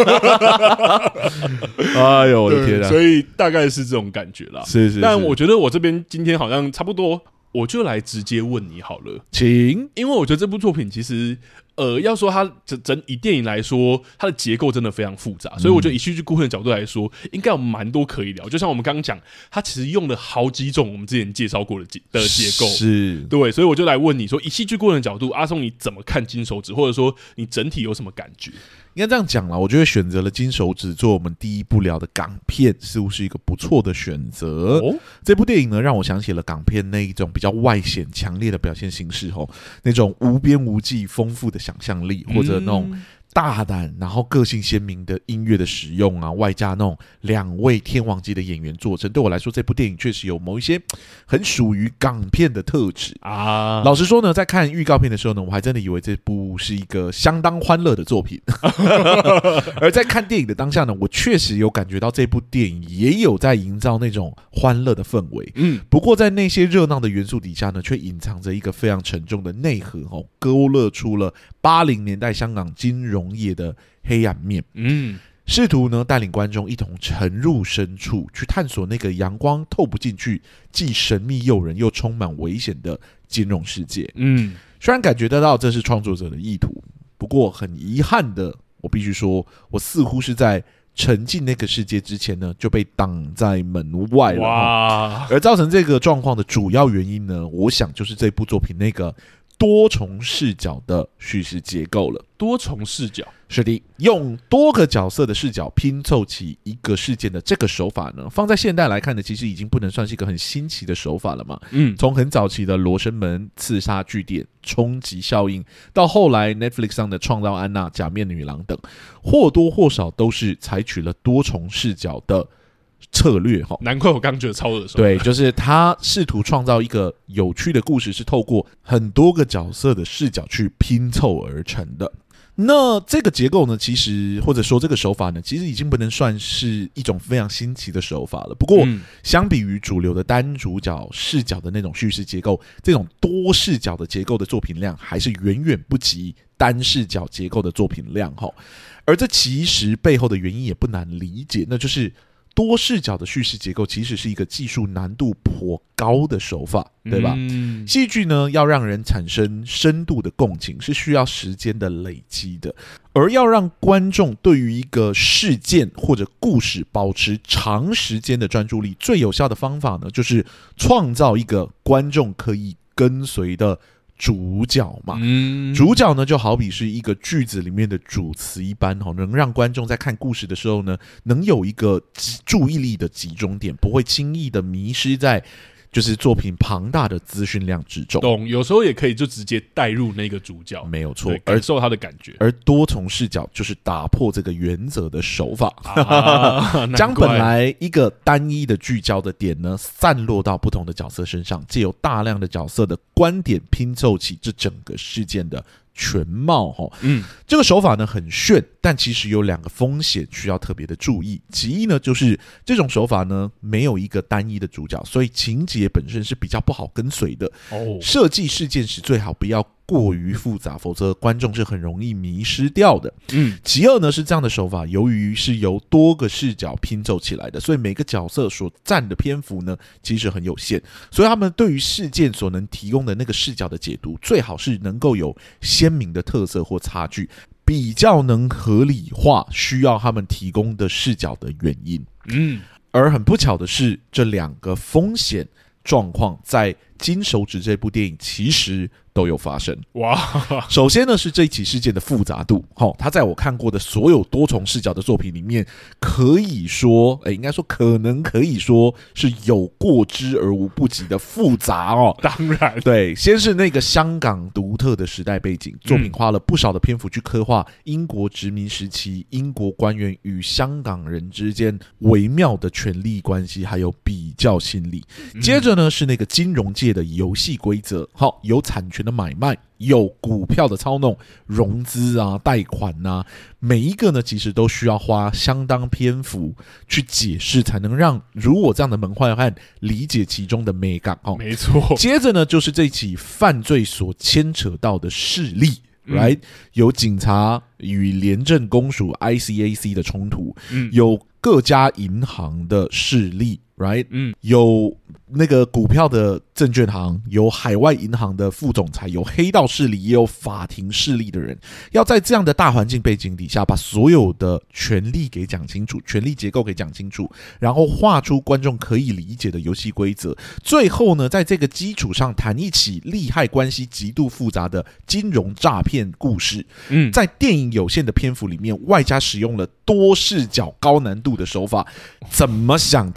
哎呦，我的天啊！ 所以大概是这种感觉啦。 是 是, 是， 但我觉得我这边今天好像差不多。我就来直接问你好了， 请， 因为我觉得这部作品其实，呃，要说它整整以电影来说，它的结构真的非常复杂，嗯、所以我觉得以戏剧顾问的角度来说，应该有蛮多可以聊。就像我们刚刚讲，它其实用了好几种我们之前介绍过的结的结构， 是对，所以我就来问你说，以戏剧顾问的角度，阿松你怎么看金手指，或者说你整体有什么感觉？ 应该这样讲啦，我觉得选择了金手指做我们第一部聊的港片，似乎是一个不错的选择。哦、这部电影呢，让我想起了港片那一种比较外显、强烈的表现形式，吼，那种无边无际、丰富的想象力，或者那种大胆然后个性鲜明的音乐的使用啊，外加那种两位天王级的演员坐镇，对我来说这部电影确实有某一些很属于港片的特质啊。老实说呢，在看预告片的时候呢，我还真的以为这部是一个相当欢乐的作品而在看电影的当下呢，我确实有感觉到这部电影也有在营造那种欢乐的氛围，嗯，不过在那些热闹的元素底下呢，却隐藏着一个非常沉重的内核，哦，勾勒出了八零年代香港金融业的黑暗面，嗯，试图呢带领观众一同沉入深处，去探索那个阳光透不进去，既神秘诱人又充满危险的金融世界。嗯，虽然感觉得到这是创作者的意图，不过很遗憾的，我必须说，我似乎是在沉进那个世界之前呢，就被挡在门外了。哇！而造成这个状况的主要原因呢，我想就是这部作品那个多重视角的叙事结构了。 多重视角， 是的，用多个角色的视角拼凑起一个事件的这个手法呢，放在现代来看呢，其实已经不能算是一个很新奇的手法了嘛。嗯，从很早期的罗生门、刺杀据点、冲击效应，到后来 Netflix 上的创造安娜、假面女郎等，或多或少都是采取了多重视角的策略。 难怪我刚觉得超耳熟。 对，就是他试图创造一个有趣的故事，是透过很多个角色的视角去拼凑而成的。那这个结构呢，其实或者说这个手法呢，其实已经不能算是一种非常新奇的手法了。不过，嗯、相比于主流的单主角视角的那种叙事结构，这种多视角的结构的作品量，还是远远不及单视角结构的作品量。而这其实背后的原因也不难理解，那就是多视角的叙事结构其实是一个技术难度颇高的手法，对吧？嗯、戏剧呢，要让人产生深度的共情，是需要时间的累积的。而要让观众对于一个事件或者故事保持长时间的专注力，最有效的方法呢，就是创造一个观众可以跟随的主角嘛，嗯、主角呢就好比是一个句子里面的主词一般，能让观众在看故事的时候呢，能有一个注意力的集中点，不会轻易的迷失在就是作品庞大的资讯量之中。 懂，有时候也可以就直接带入那个主角， 没有错， 感受他的感觉。 而多重视角就是打破这个原则的手法，啊、将本来一个单一的聚焦的点呢，散落到不同的角色身上，藉由大量的角色的观点拼凑起这整个事件的全貌。嗯，这个手法呢很炫，但其实有两个风险需要特别的注意。其一呢，就是这种手法呢没有一个单一的主角，所以情节本身是比较不好跟随的。哦，设计事件时最好不要过于复杂，否则观众是很容易迷失掉的。嗯，其二呢是这样的手法，由于是由多个视角拼凑起来的，所以每个角色所占的篇幅呢其实很有限，所以他们对于事件所能提供的那个视角的解读，最好是能够有鲜明的特色或差距，比较能合理化需要他们提供的视角的原因。嗯，而很不巧的是，这两个风险状况在《金手指》这部电影其实都有发生。哇！首先呢是这一起事件的复杂度，齁，它在我看过的所有多重视角的作品里面，可以说，欸、应该说可能可以说是有过之而无不及的复杂哦。 当然， 对，先是那个香港独特的时代背景，作品花了不少的篇幅去刻画英国殖民时期英国官员与香港人之间微妙的权力关系，还有比较心理。接着呢是那个金融界的游戏规则，好，有产权的买卖，有股票的操弄，融资啊、贷款啊，每一个呢其实都需要花相当篇幅去解释，才能让如我这样的门外汉理解其中的美感。 没错。 接着呢就是这起犯罪所牵扯到的势力。Right? 有警察与廉政公署 I C A C 的冲突，嗯、有各家银行的势力 ，right？ 嗯，有那个股票的证券行，有海外银行的副总裁，有黑道势力，也有法庭势力的人，要在这样的大环境背景底下，把所有的权力给讲清楚，权力结构给讲清楚，然后画出观众可以理解的游戏规则。最后呢，在这个基础上谈一起利害关系极度复杂的金融诈骗故事。嗯，在电影有限的篇幅里面，外加使用了多视角高难度的手法，怎么想听起来都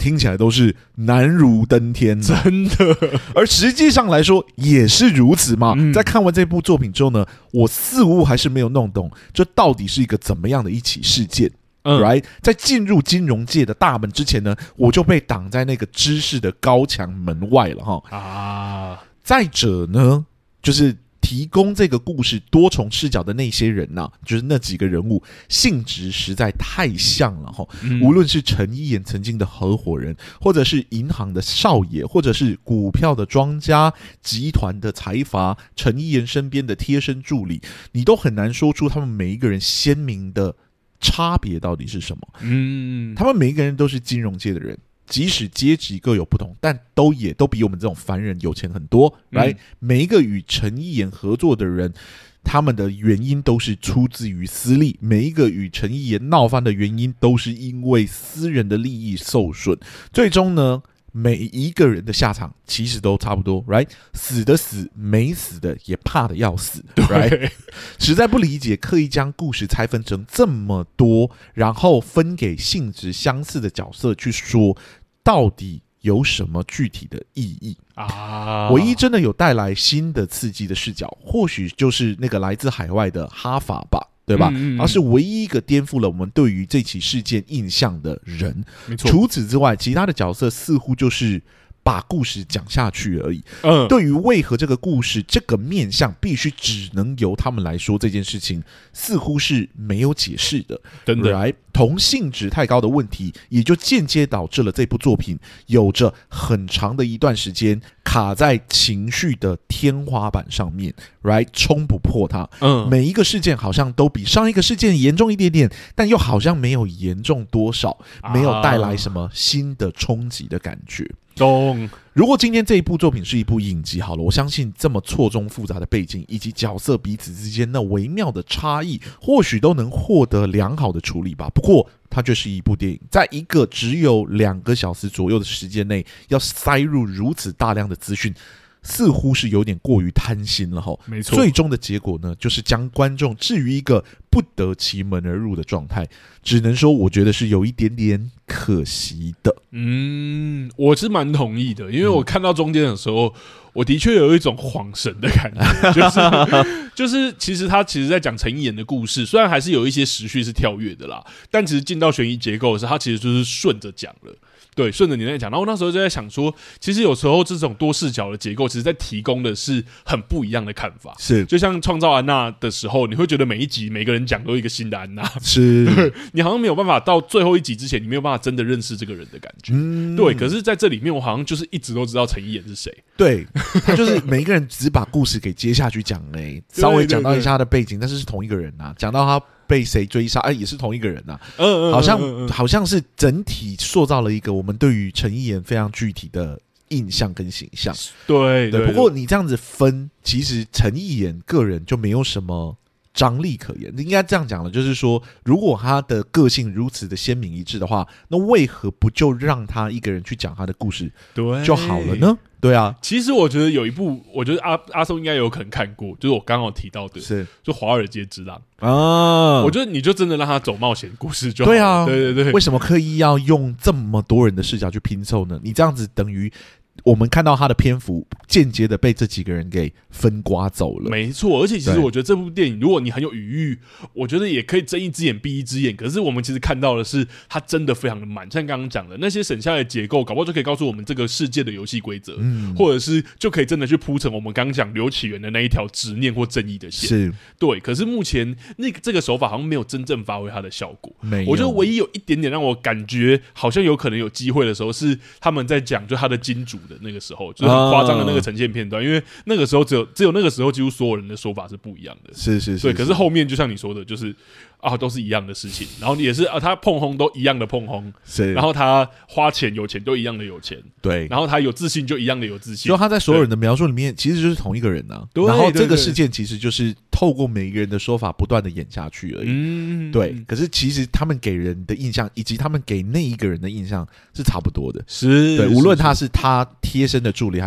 都是难如登天， 真的。而实际上来说也是如此嘛、嗯、在看完这部作品之后呢，我似乎还是没有弄懂这到底是一个怎么样的一起事件。嗯、right? 在进入金融界的大门之前呢，我就被挡在那个知识的高墙门外了哈。啊，再者呢，就是提供这个故事多重视角的那些人呐、啊，就是那几个人物性质实在太像了哈、嗯。无论是陈一言曾经的合伙人，或者是银行的少爷，或者是股票的庄家、集团的财阀，陈一言身边的贴身助理，你都很难说出他们每一个人鲜明的差别到底是什么？嗯，他们每一个人都是金融界的人，即使阶级各有不同，但都也都比我们这种凡人有钱很多。来、嗯，每一个与陈一言合作的人，他们的原因都是出自于私利；每一个与陈一言闹翻的原因，都是因为私人的利益受损。最终呢，每一个人的下场其实都差不多 ，right？ 死的死，没死的也怕的要死 ，right？ 实在不理解，刻意将故事拆分成这么多，然后分给性质相似的角色去说，到底有什么具体的意义啊？唯一真的有带来新的刺激的视角，或许就是那个来自海外的哈法吧。对吧？嗯嗯嗯，他是唯一一个颠覆了我们对于这起事件印象的人。没错。除此之外，其他的角色似乎就是把故事讲下去而已。嗯，对于为何这个故事这个面向必须只能由他们来说这件事情，似乎是没有解释的。真的，来同性质太高的问题，也就间接导致了这部作品有着很长的一段时间卡在情绪的天花板上面 ，right 冲不破它。嗯，每一个事件好像都比上一个事件严重一点点，但又好像没有严重多少，没有带来什么新的冲击的感觉。懂。如果今天这一部作品是一部影集好了，我相信这么错综复杂的背景以及角色彼此之间那微妙的差异，或许都能获得良好的处理吧。不过它就是一部电影，在一个只有两个小时左右的时间内，要塞入如此大量的资讯，似乎是有点过于贪心了齁。没错，最终的结果呢，就是将观众置于一个不得其门而入的状态，只能说我觉得是有一点点可惜的。 嗯，我是蛮同意的，因为我看到中间的时候，我的确有一种恍神的感觉，就是就是其实他其实在讲陈一言的故事，虽然还是有一些时序是跳跃的啦，但其实进到悬疑结构的时候，他其实就是顺着讲了。对，顺着你在讲，然后那时候就在想说，其实有时候这种多视角的结构，其实在提供的是很不一样的看法。是，就像创造安娜的时候，你会觉得每一集每个人讲都有一个新的安娜，是，你好像没有办法到最后一集之前，你没有办法真的认识这个人的感觉。嗯，对。可是在这里面，我好像就是一直都知道陈一言是谁。 对，他就是每一个人只把故事给接下去讲而已，稍微讲到一下他的背景，但是是同一个人啊，讲到他被谁追杀，哎，也是同一个人呐、啊。嗯嗯，好像、嗯嗯、好像是整体塑造了一个我们对于陈一言非常具体的印象跟形象。对 对, 对，不过你这样子分，其实陈一言个人就没有什么张力可言。应该这样讲了，就是说，如果他的个性如此的鲜明一致的话，那为何不就让他一个人去讲他的故事就好了呢？对啊， 其实我觉得有一部，我觉得阿阿松应该有可能看过，就是我刚好提到的，是就《华尔街之狼》啊。我觉得你就真的让他走冒险故事就好了。对啊，对对对。 为什么刻意要用这么多人的视角去拼凑呢？你这样子等于我们看到他的篇幅间接的被这几个人给分刮走了。 没错，而且其实我觉得这部电影，如果你很有余裕，我觉得也可以睁一只眼闭一只眼。可是我们其实看到的是，它真的非常的满。像刚刚讲的那些省下来的结构，搞不好就可以告诉我们这个世界的游戏规则，嗯，或者是就可以真的去铺成我们刚刚讲刘启元的那一条执念或正义的线。是，对。可是目前那个这个手法好像没有真正发挥它的效果。没有，我觉得唯一有一点点让我感觉好像有可能有机会的时候，是他们在讲就他的金主的那个时候，就是很夸张的那个呈现片段，因为那个时候只有只有那个时候几乎所有人的说法是不一样的。是是是，对。可是后面就像你说的，就是啊，都是一样的事情，然后也是啊，他碰轰都一样的碰轰，是。然后他花钱有钱都一样的有钱，对。然后他有自信就一样的有自信， 就他在所有人的描述里面，其实就是同一个人啊。对。然后这个事件其实就是透过每一个人的说法不断的演下去而已。嗯，对。可是其实他们给人的印象，以及他们给那一个人的印象是差不多的。是。对，无论他是他贴身的助理，还是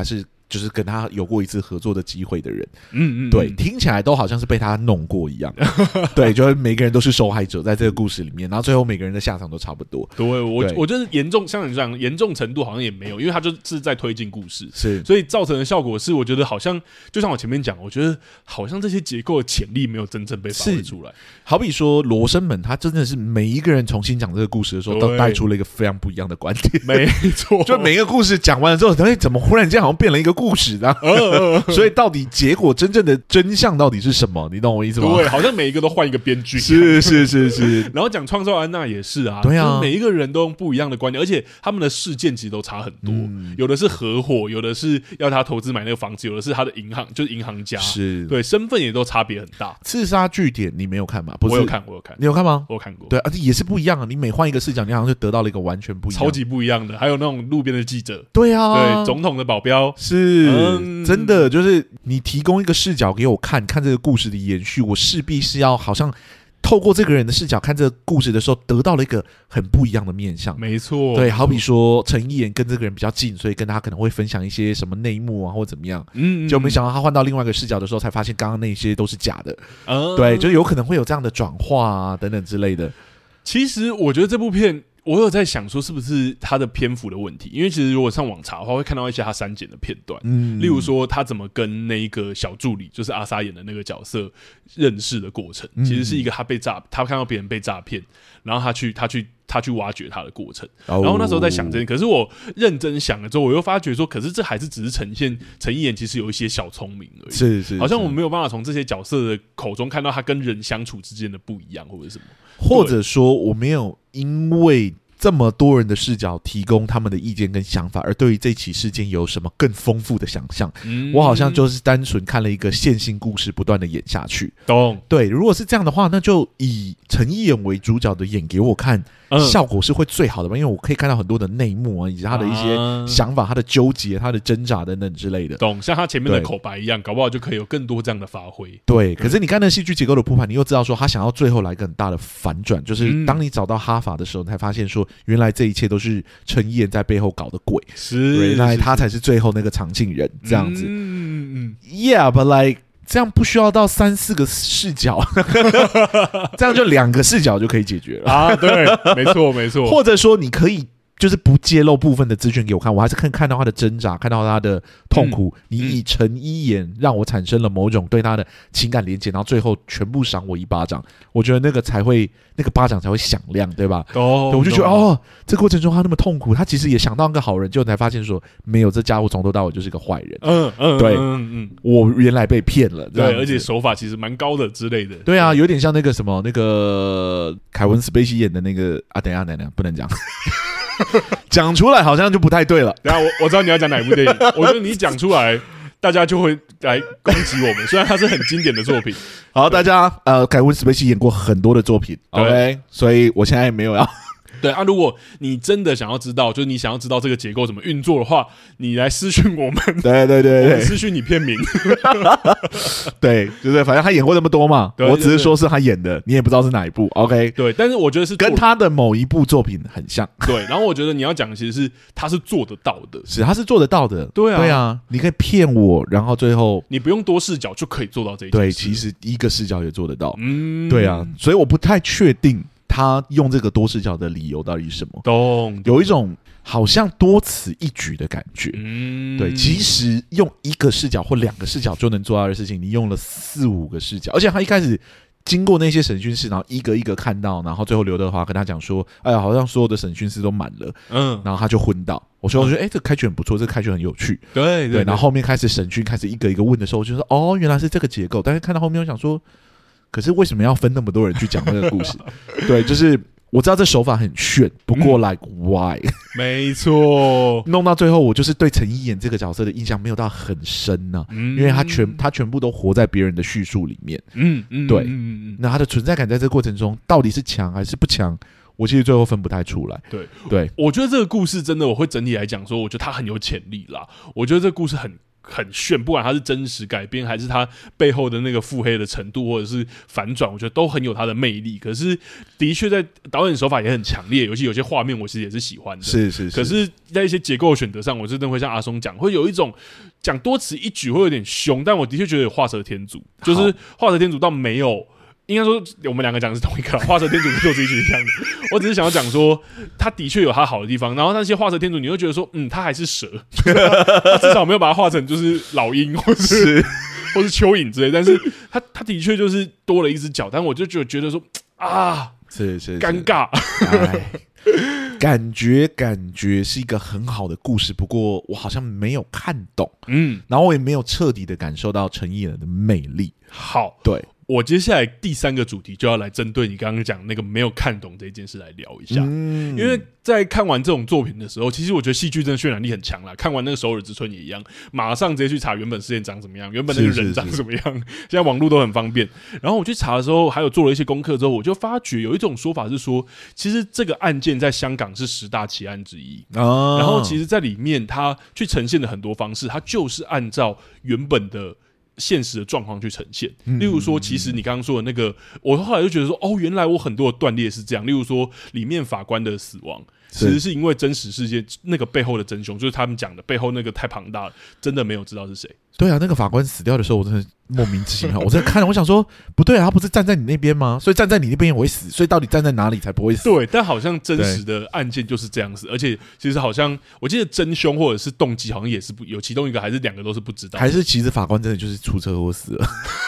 就是跟他有过一次合作的机会的人， 嗯嗯， 对，听起来都好像是被他弄过一样，对，就是每个人都是受害者在这个故事里面，然后最后每个人的下场都差不多。 对，我我觉得严重像你这样严重程度好像也没有，因为他就是在推进故事， 是， 所以造成的效果是，我觉得好像就像我前面讲，我觉得好像这些结构的潜力没有真正被发挥出来。 好比说罗生门，他真的是每一个人重新讲这个故事的时候，都带出了一个非常不一样的观点。 没错， 就每一个故事讲完了之后，哎，怎么忽然间好像变了一个故事呢？所以到底结果真正的真相到底是什么？你懂我意思吗？ 对，好像每一个都换一个编剧。 是是是是。 然后讲创造安娜也是啊， 对啊， 每一个人都用不一样的观点，而且他们的事件其实都差很多。嗯、有的是合伙，有的是要他投资买那个房子，有的是他的银行，就是银行家。 是， 对，身份也都差别很大。 刺杀据点你没有看吗？不是， 我有看，我有看。 你有看吗？ 我有看过。 对，而且也是不一样啊！你每换一个视角，你好像就得到了一个完全不一样、 超级不一样的。还有那种路边的记者， 对啊， 对，总统的保镖， 是、嗯、真的，就是你提供一个视角给我看，看这个故事的延续，我势必是要好像透过这个人的视角看这个故事的时候，得到了一个很不一样的面向。 没错， 对，好比说陈一言跟这个人比较近，所以跟他可能会分享一些什么内幕啊，或怎么样。嗯，就没想到他换到另外一个视角的时候，才发现刚刚那些都是假的。嗯，对，就有可能会有这样的转化啊，等等之类的。 其实我觉得这部片，我有在想说是不是他的篇幅的问题，因为其实如果上网查的话，会看到一些他删减的片段，嗯，例如说他怎么跟那一个小助理，就是阿莎演的那个角色认识的过程，嗯、其实是一个他被诈，他看到别人被诈骗，然后他去他去他去挖掘他的过程。哦、然后那时候在想这件，可是我认真想了之后，我又发觉说，可是这还是只是呈现陈一言其实有一些小聪明而已， 是 是, 是， 好像我们没有办法从这些角色的口中看到他跟人相处之间的不一样，或者什么， 或者说我没有因为这么多人的视角提供他们的意见跟想法，而对于这起事件有什么更丰富的想象、嗯、我好像就是单纯看了一个线性故事不断的演下去。 懂？对， 如果是这样的话，那就以陈一言为主角的演给我看、嗯、效果是会最好的吧，因为我可以看到很多的内幕啊，以及他的一些想法、啊、他的纠结、他的挣扎等等之类的。 懂？像他前面的口白一样，搞不好就可以有更多这样的发挥。 对，可是你看那戏剧结构的铺排，你又知道说他想要最后来一个很大的反转，就是当你找到哈法的时候，你才发现说原来这一切都是陈一言在背后搞的鬼， 是原来他才是最后那个常庆人这样子。嗯 Yeah, but like 这样不需要到三四个视角，这样就两个视角就可以解决了啊！对，没错没错。 或者说你可以就是不揭露部分的资讯给我看，我还是看看到他的挣扎，看到他的痛苦。嗯、你以陈一言让我产生了某种对他的情感连结，然后最后全部赏我一巴掌，我觉得那个才会那个巴掌才会响亮，对吧？ 哦， 我就觉得哦，这个过程中他那么痛苦，他其实也想到一个好人，结果才发现说没有，这家伙从头到尾就是个坏人。嗯嗯，对，嗯嗯，我原来被骗了， 对，而且手法其实蛮高的之类的。 对啊，有点像那个什么那个凯文·史贝西演的那个啊，等一下等一下，不能讲。讲出来好像就不太对了。 等一下我我知道你要讲哪一部电影，我觉得你讲出来，大家就会来攻击我们。虽然它是很经典的作品， 好，大家呃，凯文·史贝西演过很多的作品 ，OK， 所以我现在也没有要。 对啊，如果你真的想要知道，就是你想要知道这个结构怎么运作的话，你来私讯我们。 对对对对， 私讯你片名。 对，就是反正他演过那么多嘛，我只是说是他演的，你也不知道是哪一部。OK， 对，但是我觉得是跟他的某一部作品很像。 对，然后我觉得你要讲的其实是他是做得到的， 是他是做得到的。 对啊， 对啊，你可以骗我，然后最后你不用多视角就可以做到这一件事。 对，其实一个视角也做得到。嗯，对啊，所以我不太确定。他用这个多视角的理由到底是什么？ 懂， 有一种好像多此一举的感觉。嗯，对，其实用一个视角或两个视角就能做到的事情，你用了四五个视角，而且他一开始经过那些审讯室，然后一个一个看到，然后最后刘德华跟他讲说：“哎呀，好像所有的审讯室都满了。”嗯，然后他就昏倒。我说：“我觉得，哎、欸，这个开局很不错，这个开局很有趣。 对”对 对, 对， 然后后面开始审讯，开始一个一个问的时候，我就说：“哦，原来是这个结构。”但是看到后面，我想说，可是为什么要分那么多人去讲这个故事？对，就是。我知道这手法很炫，不过 like why？、嗯、 没错， 弄到最后，我就是对陈一言这个角色的印象没有到很深呢、啊嗯，因为他全他全部都活在别人的叙述里面。嗯嗯，对，嗯嗯，那他的存在感在这个过程中到底是强还是不强？我其实最后分不太出来。 对对， 我觉得这个故事真的，我会整体来讲说，我觉得它很有潜力啦。我觉得这个故事很很炫，不管它是真实改编还是它背后的那个腹黑的程度，或者是反转，我觉得都很有它的魅力。可是的确在导演手法也很强烈，尤其有些画面我其实也是喜欢的。 是是是。 可是，在一些结构选择上，我真的会像阿松讲，会有一种讲多此一举会有点凶，但我的确觉得有画蛇添足，就是画蛇添足到没有。应该说，我们两个讲的是同一个画蛇添足跟多此一举一样的。我只是想要讲说，他的确有他好的地方，然后那些画蛇添足，你会觉得说，嗯，他还是蛇，就是他, 他至少没有把它画成就是老鹰或是, 是或是蚯蚓之类，但是他他的确就是多了一只脚，但我就觉得觉得说啊， 是是尴尬， 感觉感觉是一个很好的故事，不过我好像没有看懂，嗯，然后我也没有彻底的感受到陈奕人的魅力。 好， 对。 我接下来第三个主题就要来针对你刚刚讲那个没有看懂这件事来聊一下，嗯、因为在看完这种作品的时候，其实我觉得戏剧真的渲染力很强啦。看完那个《首尔之春》也一样，马上直接去查原本事件长怎么样，原本那个人长怎么样。是是是现在网络都很方便。然后我去查的时候，还有做了一些功课之后，我就发觉有一种说法是说，其实这个案件在香港是十大奇案之一。哦、然后其实在里面，它去呈现的很多方式，它就是按照原本的现实的状况去呈现，例如说，其实你刚刚说的那个，我后来就觉得说，哦，原来我很多的断裂是这样。例如说，里面法官的死亡，其实是因为真实事件那个背后的真凶，就是他们讲的背后那个太庞大了，真的没有知道是谁。 对啊，那个法官死掉的时候，我真的莫名其妙。我在看，我想说，不对啊，他不是站在你那边吗？所以站在你那边也会死，所以到底站在哪里才不会死？ 对，但好像真实的案件就是这样子，而且其实好像我记得真凶或者是动机，好像也是不有其中一个还是两个都是不知道， 还是其实法官真的就是出车祸死了。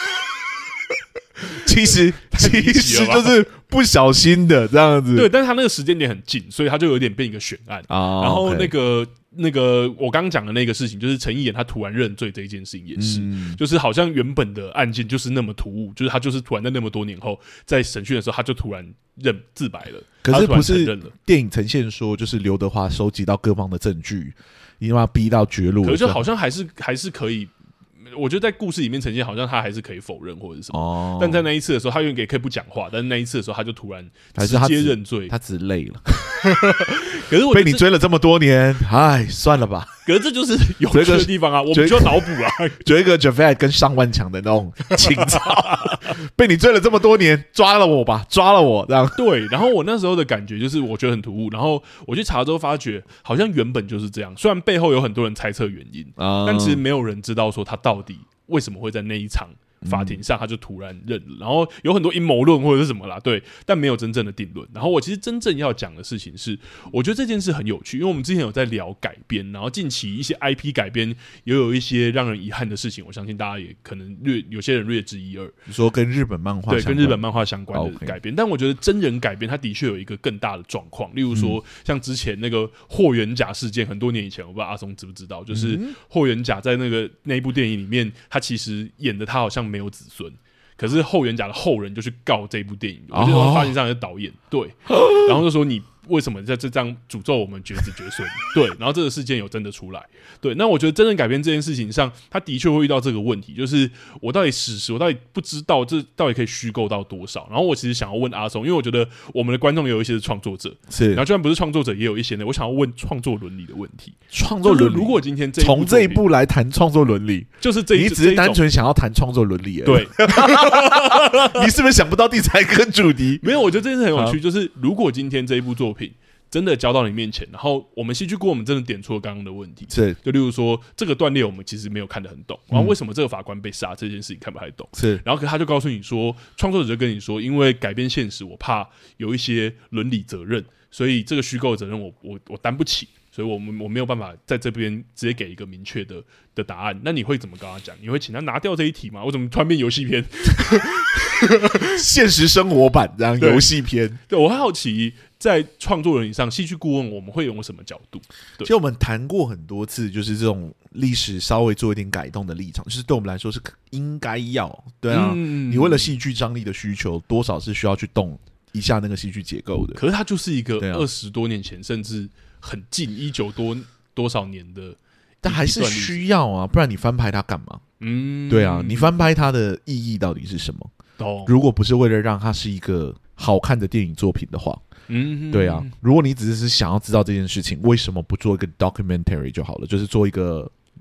其实其实就是不小心的这样子， 对，但是他那个时间点很近，所以他就有点变一个悬案。哦、然后那个那个我刚刚讲的那个事情，就是陈奕妍他突然认罪这一件事情也是，嗯、就是好像原本的案件就是那么突兀，就是他就是突然在那么多年后在审讯的时候，他就突然认自白了。 可是不是电影呈现说，就是刘德华收集到各方的证据，你把他逼到绝路， 可是就好像还是还是可以。我觉得在故事里面呈现，好像他还是可以否认或者什么，哦、但在那一次的时候，他原本也可以不讲话，但是那一次的时候，他就突然直接认罪， 他只累了。 可是我被你追了这么多年，哎，算了吧。 可是这就是有趣的地方啊，我们就要脑补啊， 追一个 Javed 跟上万强的那种情操。被你追了这么多年，抓了我吧，抓了我这样。 对，然后我那时候的感觉就是，我觉得很突兀。然后我去查之后发觉，好像原本就是这样。虽然背后有很多人猜测原因，嗯、但其实没有人知道说他到底为什么会在那一场法庭上他就突然认了，然后有很多阴谋论或者是什么啦，对，但没有真正的定论。然后我其实真正要讲的事情是，我觉得这件事很有趣，因为我们之前有在聊改编，然后近期一些 I P 改编也有一些让人遗憾的事情，我相信大家也可能略有些人略知一二。 你说跟日本漫画对，跟日本漫画相关的改编， okay. 但我觉得真人改编它的确有一个更大的状况，例如说、嗯、像之前那个霍元甲事件，很多年以前，我不知道阿松知不知道，就是霍元甲在那个那一部电影里面，他其实演的他好像没有子孙。可是后元甲的后人就去告这部电影，我就说发行上的导演对，然后就说你为什么在这样诅咒我们绝子绝孙？对，然后这个事件有真的出来，对，那我觉得真人改编这件事情上，他的确会遇到这个问题，就是我到底史实，我到底不知道这到底可以虚构到多少。然后我其实想要问阿松，因为我觉得我们的观众有一些是创作者，是，然后就算不是创作者，也有一些呢，我想要问创作伦理的问题。 创作伦理， 如果今天从这一步来谈创作伦理， 就是这一， 你只是单纯想要谈创作伦理而已， 对。 你是不是想不到第三个主题？ 没有，我觉得这件事很有趣，就是如果今天这一部作品真的交到你面前，然后我们戏剧顾问我们真的点出了刚刚的问题，是，就例如说这个断裂我们其实没有看得很懂，然后为什么这个法官被杀这件事情看不太懂，是，然后可他就告诉你说，创作者就跟你说，因为改变现实，我怕有一些伦理责任，所以这个虚构的责任我我我担不起。所以我们我没有办法在这边直接给一个明确的的答案，那你会怎么跟他讲？你会请他拿掉这一题吗？我怎么突然变游戏片？ 现实生活版这样游戏片？ 对，我很好奇，在创作人上，戏剧顾问我们会用什么角度？ 其实我们谈过很多次，就是这种历史稍微做一点改动的立场，就是对我们来说是应该要，对啊，嗯、你为了戏剧张力的需求，多少是需要去动一下那个戏剧结构的。 可是它就是一个二十多年前，甚至很近一九多多少年的， 但还是需要啊，不然你翻拍它干嘛？嗯，对啊，你翻拍它的意义到底是什么？哦、如果不是为了让它是一个好看的电影作品的话，嗯，对啊，如果你只是想要知道这件事情，为什么不做一个 documentary 就好了？就是做一个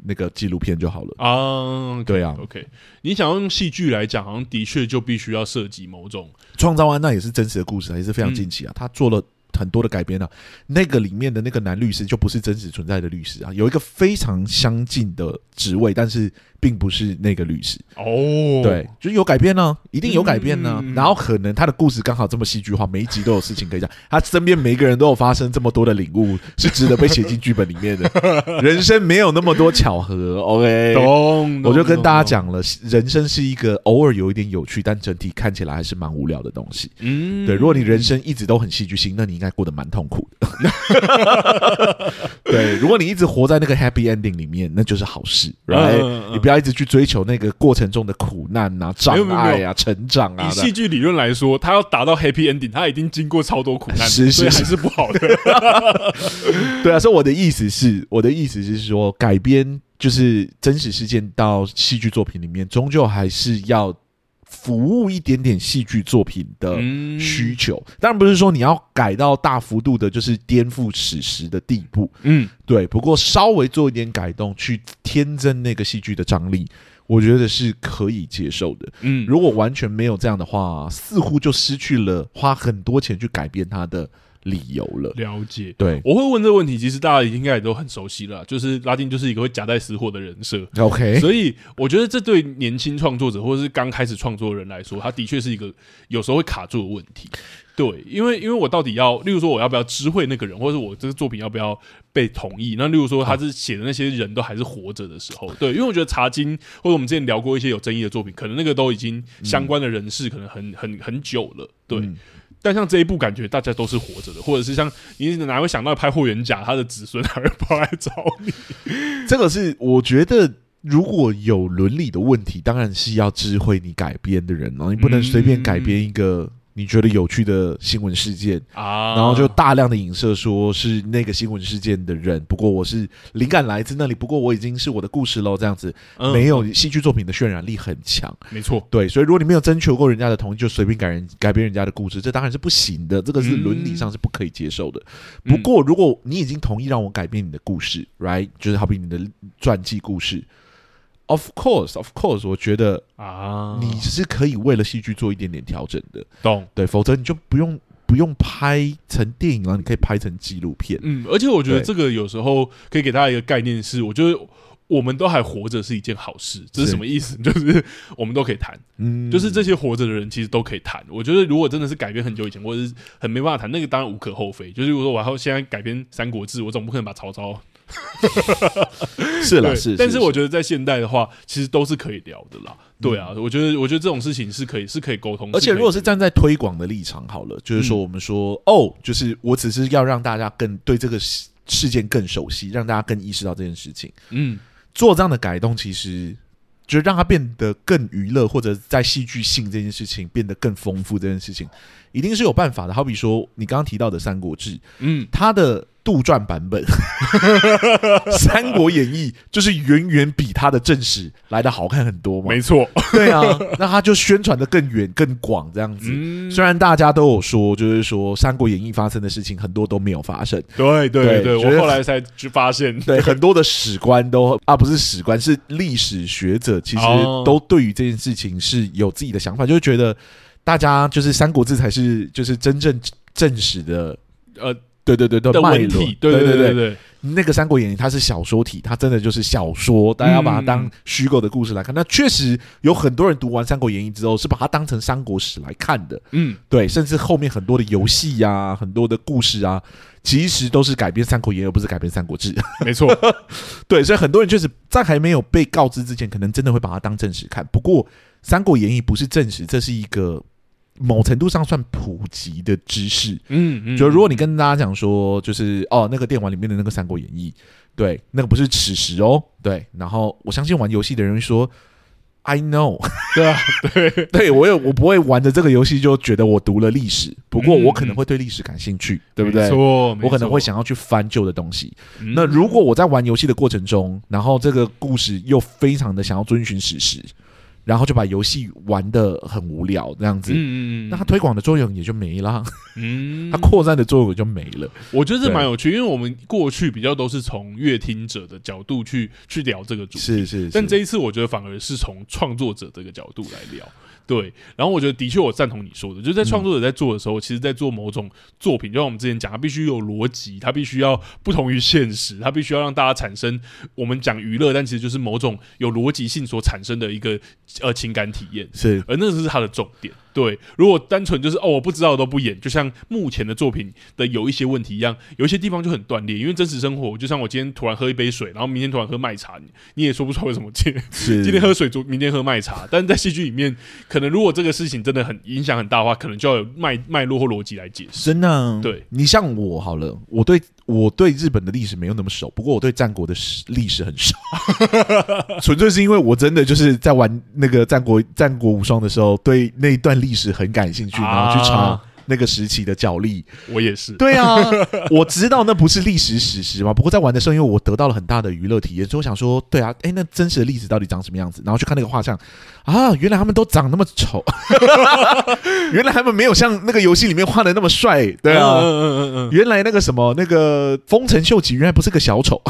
那个纪录片就好了啊。Okay, 对啊 ，OK， 你想要用戏剧来讲，好像的确就必须要涉及某种创造安娜也是真实的故事，也是非常近期啊，嗯、他做了很多的改编啊。那个里面的那个男律师就不是真实存在的律师啊，有一个非常相近的职位，但是并不是那个律师哦。 对，就是有改编呢、啊，一定有改编呢、啊嗯。然后可能他的故事刚好这么戏剧化，每一集都有事情可以讲，他身边每一个人都有发生这么多的领悟，是值得被写进剧本里面的。人生没有那么多巧合 ，OK。懂，我就跟大家讲了，人生是一个偶尔有一点有趣，但整体看起来还是蛮无聊的东西。嗯，对。如果你人生一直都很戏剧性，那你应该过得蛮痛苦的。对，如果你一直活在那个 happy ending 里面，那就是好事 ，right？、嗯、你不要一直去追求那个过程中的苦难啊、障碍啊、成长啊。 以戏剧理论来说，他要达到 happy ending， 他已经经过超多苦难， 是是是， 所以还是不好的。 对啊，所以我的意思是，我的意思是说，改编就是真实事件到戏剧作品里面，终究还是要服务一点点戏剧作品的需求，嗯、当然不是说你要改到大幅度的，就是颠覆史实的地步。嗯，对。不过稍微做一点改动，去添增那个戏剧的张力，我觉得是可以接受的。嗯，如果完全没有这样的话，似乎就失去了花很多钱去改编它的理由了。 了解。 对， 我会问这个问题，其实大家应该也都很熟悉了，就是拉丁就是一个会夹带私货的人设。 OK， 所以我觉得这对年轻创作者或者是刚开始创作的人来说，他的确是一个有时候会卡住的问题。对，因为因为我到底要，例如说我要不要知会那个人，或者是我这个作品要不要被同意？那例如说他是写的那些人都还是活着的时候，对，因为我觉得茶金或者我们之前聊过一些有争议的作品，可能那个都已经相关的人士可能很很很久了，对。嗯，但像这一部，感觉大家都是活着的，或者是像你哪会想到拍霍元甲，他的子孙还会跑来找你？ 这个是我觉得，如果有伦理的问题，当然是要知会你改编的人哦，你不能随便改编一个你觉得有趣的新闻事件啊，然后就大量的影射说是那个新闻事件的人，不过我是灵感来自那里，不过我已经是我的故事咯，这样子、嗯、没有戏剧作品的渲染力很强。 没错， 对，所以如果你没有征求过人家的同意就随便改人改编人家的故事，这当然是不行的，这个是伦理上是不可以接受的、嗯、不过如果你已经同意让我改编你的故事 right， 就是好比你的传记故事，Of course, of course， 我觉得啊，你是可以为了戏剧做一点点调整的， 懂？ 对，否则你就不用不用拍成电影了，你可以拍成纪录片。 嗯，而且我觉得这个有时候可以给大家一个概念是，我觉得我们都还活着是一件好事。这是什么意思？就是我们都可以谈，嗯，就是这些活着的人其实都可以谈。我觉得如果真的是改编很久以前，或者是很没办法谈，那个当然无可厚非。就是如果说我要现在改编《三国志》，我总不可能把曹操。 是啦，是， 但是我觉得在现代的话，其实都是可以聊的啦。对啊，我觉得，我觉得这种事情是可以，是可以沟通。 而且，如果是站在推广的立场，好了，就是说，我们说，嗯、哦，就是我只是要让大家更对这个事件更熟悉，让大家更意识到这件事情。嗯，做这样的改动，其实就是让它变得更娱乐，或者在戏剧性这件事情变得更丰富，这件事情一定是有办法的。好比说，你刚刚提到的《三国志》，嗯，它的杜撰版本《三国演义》就是远远比它的正史来的好看很多嘛。 没错， 对啊，那它就宣传的更远更广这样子、嗯、虽然大家都有说就是说《三国演义》发生的事情很多都没有发生， 对对 对, 对，我后来才去发现， 对，很多的史官都啊不是史官是历史学者，其实都对于这件事情是有自己的想法，就是觉得大家就是《三国志》才是就是真正正史的呃对对对对，脉络，对对对对对，那个《三国演义》它是小说体，它真的就是小说，大家要把它当虚构的故事来看。嗯、那确实有很多人读完《三国演义》之后，是把它当成三国史来看的。嗯，对，甚至后面很多的游戏呀、很多的故事啊，其实都是改编《三国演义》，而不是改编《三国志》。 没错， 对，所以很多人确实在还没有被告知之前，可能真的会把它当正史看。不过，《三国演义》不是正史，这是一个某程度上算普及的知识，嗯嗯，就如果你跟大家讲说，就是哦，那个电玩里面的那个《三国演义》，对，那个不是史实哦，对，然后我相信玩游戏的人会说 ，I know， 对啊，对， 对我有我不会玩着这个游戏就觉得我读了历史，不过我可能会对历史感兴趣，嗯、对不对？ 没错， 我可能会想要去翻旧的东西。嗯、那如果我在玩游戏的过程中，然后这个故事又非常的想要遵循史实。 然后就把游戏玩得很无聊这样子，嗯嗯嗯，那它推广的作用也就没了，嗯，它扩散的作用也就没了。 我觉得这蛮有趣，因为我们过去比较都是从乐听者的角度去去聊这个主题， 是 是, 是， 但这一次我觉得反而是从创作者这个角度来聊。对，然后我觉得的确我赞同你说的，就是在创作者在做的时候，嗯、其实在做某种作品，就像我们之前讲，它必须有逻辑，它必须要不同于现实，它必须要让大家产生我们讲娱乐，但其实就是某种有逻辑性所产生的一个呃情感体验， 是， 而那是它的重点。对，如果单纯就是哦我不知道的都不演，就像目前的作品的有一些问题一样，有一些地方就很断裂，因为真实生活就像我今天突然喝一杯水，然后明天突然喝麦茶，你, 你也说不出来为什么今天今天喝水明天喝麦茶，但是在戏剧里面可能如果这个事情真的很影响很大的话，可能就要有脉脉络或逻辑来解释。 真的、啊、 对， 你像我好了，我对我对日本的历史没有那么熟，不过我对战国的历史很熟纯粹是因为我真的就是在玩那个战国战国无双的时候对那一段历史很感兴趣、啊、然后去查那个时期的角力。 我也是， 对啊我知道那不是历史史实嘛，不过在玩的时候因为我得到了很大的娱乐体验，所以我想说对啊，诶那真实的历史到底长什么样子，然后去看那个画像啊，原来他们都长那么丑原来他们没有像那个游戏里面画的那么帅。对啊，嗯嗯嗯嗯，原来那个什么那个丰臣秀吉原来不是个小丑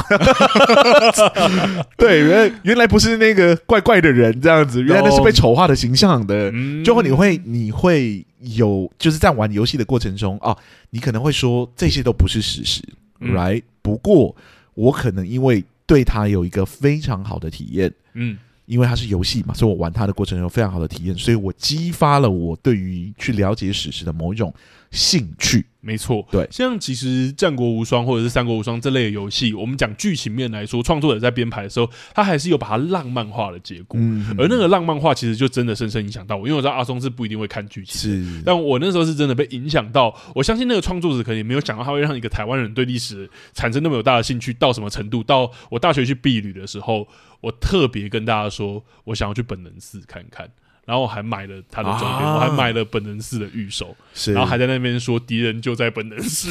对，原来原来不是那个怪怪的人这样子，原来那是被丑化的形象的、嗯、就会你会你会有就是在玩游戏的过程中啊，你可能会说这些都不是事实、嗯、right， 不过我可能因为对它有一个非常好的体验，嗯，因为它是游戏嘛，所以我玩它的过程中有非常好的体验，所以我激发了我对于去了解史实的某一种兴趣。 没错， 对， 像其实战国无双或者是三国无双这类的游戏，我们讲剧情面来说，创作者在编排的时候，他还是有把它浪漫化的结果、嗯、而那个浪漫化其实就真的深深影响到我，因为我知道阿松是不一定会看剧情的，但我那时候是真的被影响到，我相信那个创作者可能也没有想到他会让一个台湾人对历史产生那么有大的兴趣到什么程度，到我大学去毕旅的时候，我特别跟大家说我想要去本能寺看看，然后我还买了他的周边、啊，我还买了本能寺的预售，然后还在那边说敌人就在本能寺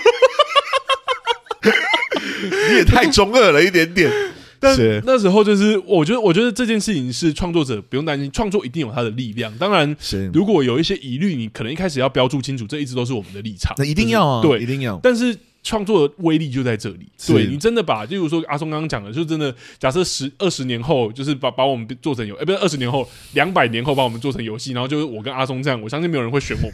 你也太中二了一点点。 但那时候就是我觉得我觉得这件事情是创作者不用担心，创作一定有它的力量，当然如果有一些疑虑，你可能一开始要标注清楚，这一直都是我们的立场， 那一定要啊、 就是、对， 一定要， 但是创作的威力就在这里，对，你真的把，例如说阿松刚刚讲的，就真的假设十二十年后，就是把把我们做成游，哎、欸，不是二十年后，两百年后把我们做成游戏，然后就是我跟阿松这样，我相信没有人会选我们。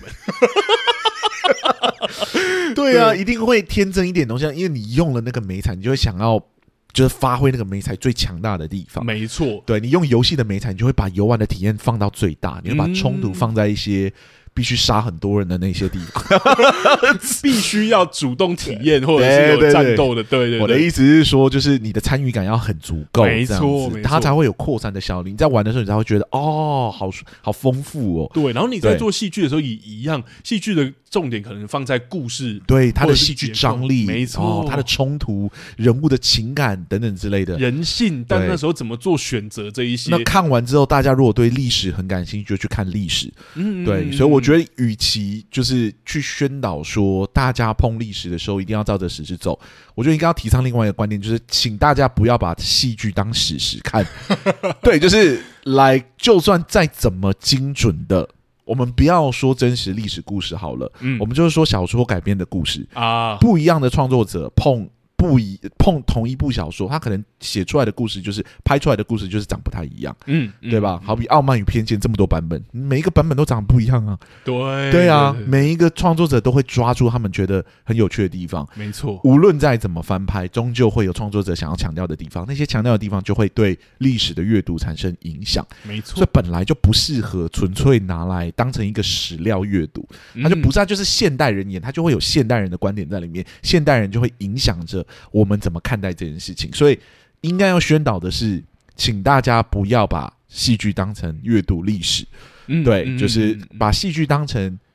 对啊，一定会天真一点东西，因为你用了那个媒材，你就会想要。就是发挥那个媒材最强大的地方， 没错。 对，你用游戏的媒材，你就会把游玩的体验放到最大，你会把冲突放在一些必须杀很多人的那些地方， 必须要主动体验或者是有战斗的。对 对, 对, 对， 我的意思是说，就是你的参与感要很足够， 没错， 它才会有扩散的效力。你在玩的时候，你才会觉得哦，好好丰富哦。 对，然后你在做戏剧的时候也一样，戏剧的重点可能放在故事， 对它的戏剧张力， 没错、 哦，它的冲突、人物的情感等等之类的人性，但那时候怎么做选择这一些。 那看完之后，大家如果对历史很感兴趣，就去看历史。嗯，对，所以我觉得，与其就是去宣导说大家碰历史的时候一定要照着史实走，我觉得应该要提倡另外一个观念，就是请大家不要把戏剧当史实看。对，就是来，就算再怎么精准的。我们不要说真实历史故事好了、嗯，我们就是说小说改编的故事啊，不一样的创作者碰不一碰同一部小说，他可能写出来的故事就是拍出来的故事就是长不太一样，嗯，对吧？嗯、好比《傲慢与偏见》这么多版本，每一个版本都长不一样啊。 对， 对啊，对对对，每一个创作者都会抓住他们觉得很有趣的地方。 没错， 无论再怎么翻拍，终究会有创作者想要强调的地方，那些强调的地方就会对历史的阅读产生影响。 没错， 所以本来就不适合纯粹拿来当成一个史料阅读，它就不是，它就是现代人演，它就会有现代人的观点在里面，现代人就会影响着我们怎么看待这件事情。所以应该要宣导的是，请大家不要把戏剧当成阅读历史，嗯、对、嗯，就是把戏剧当成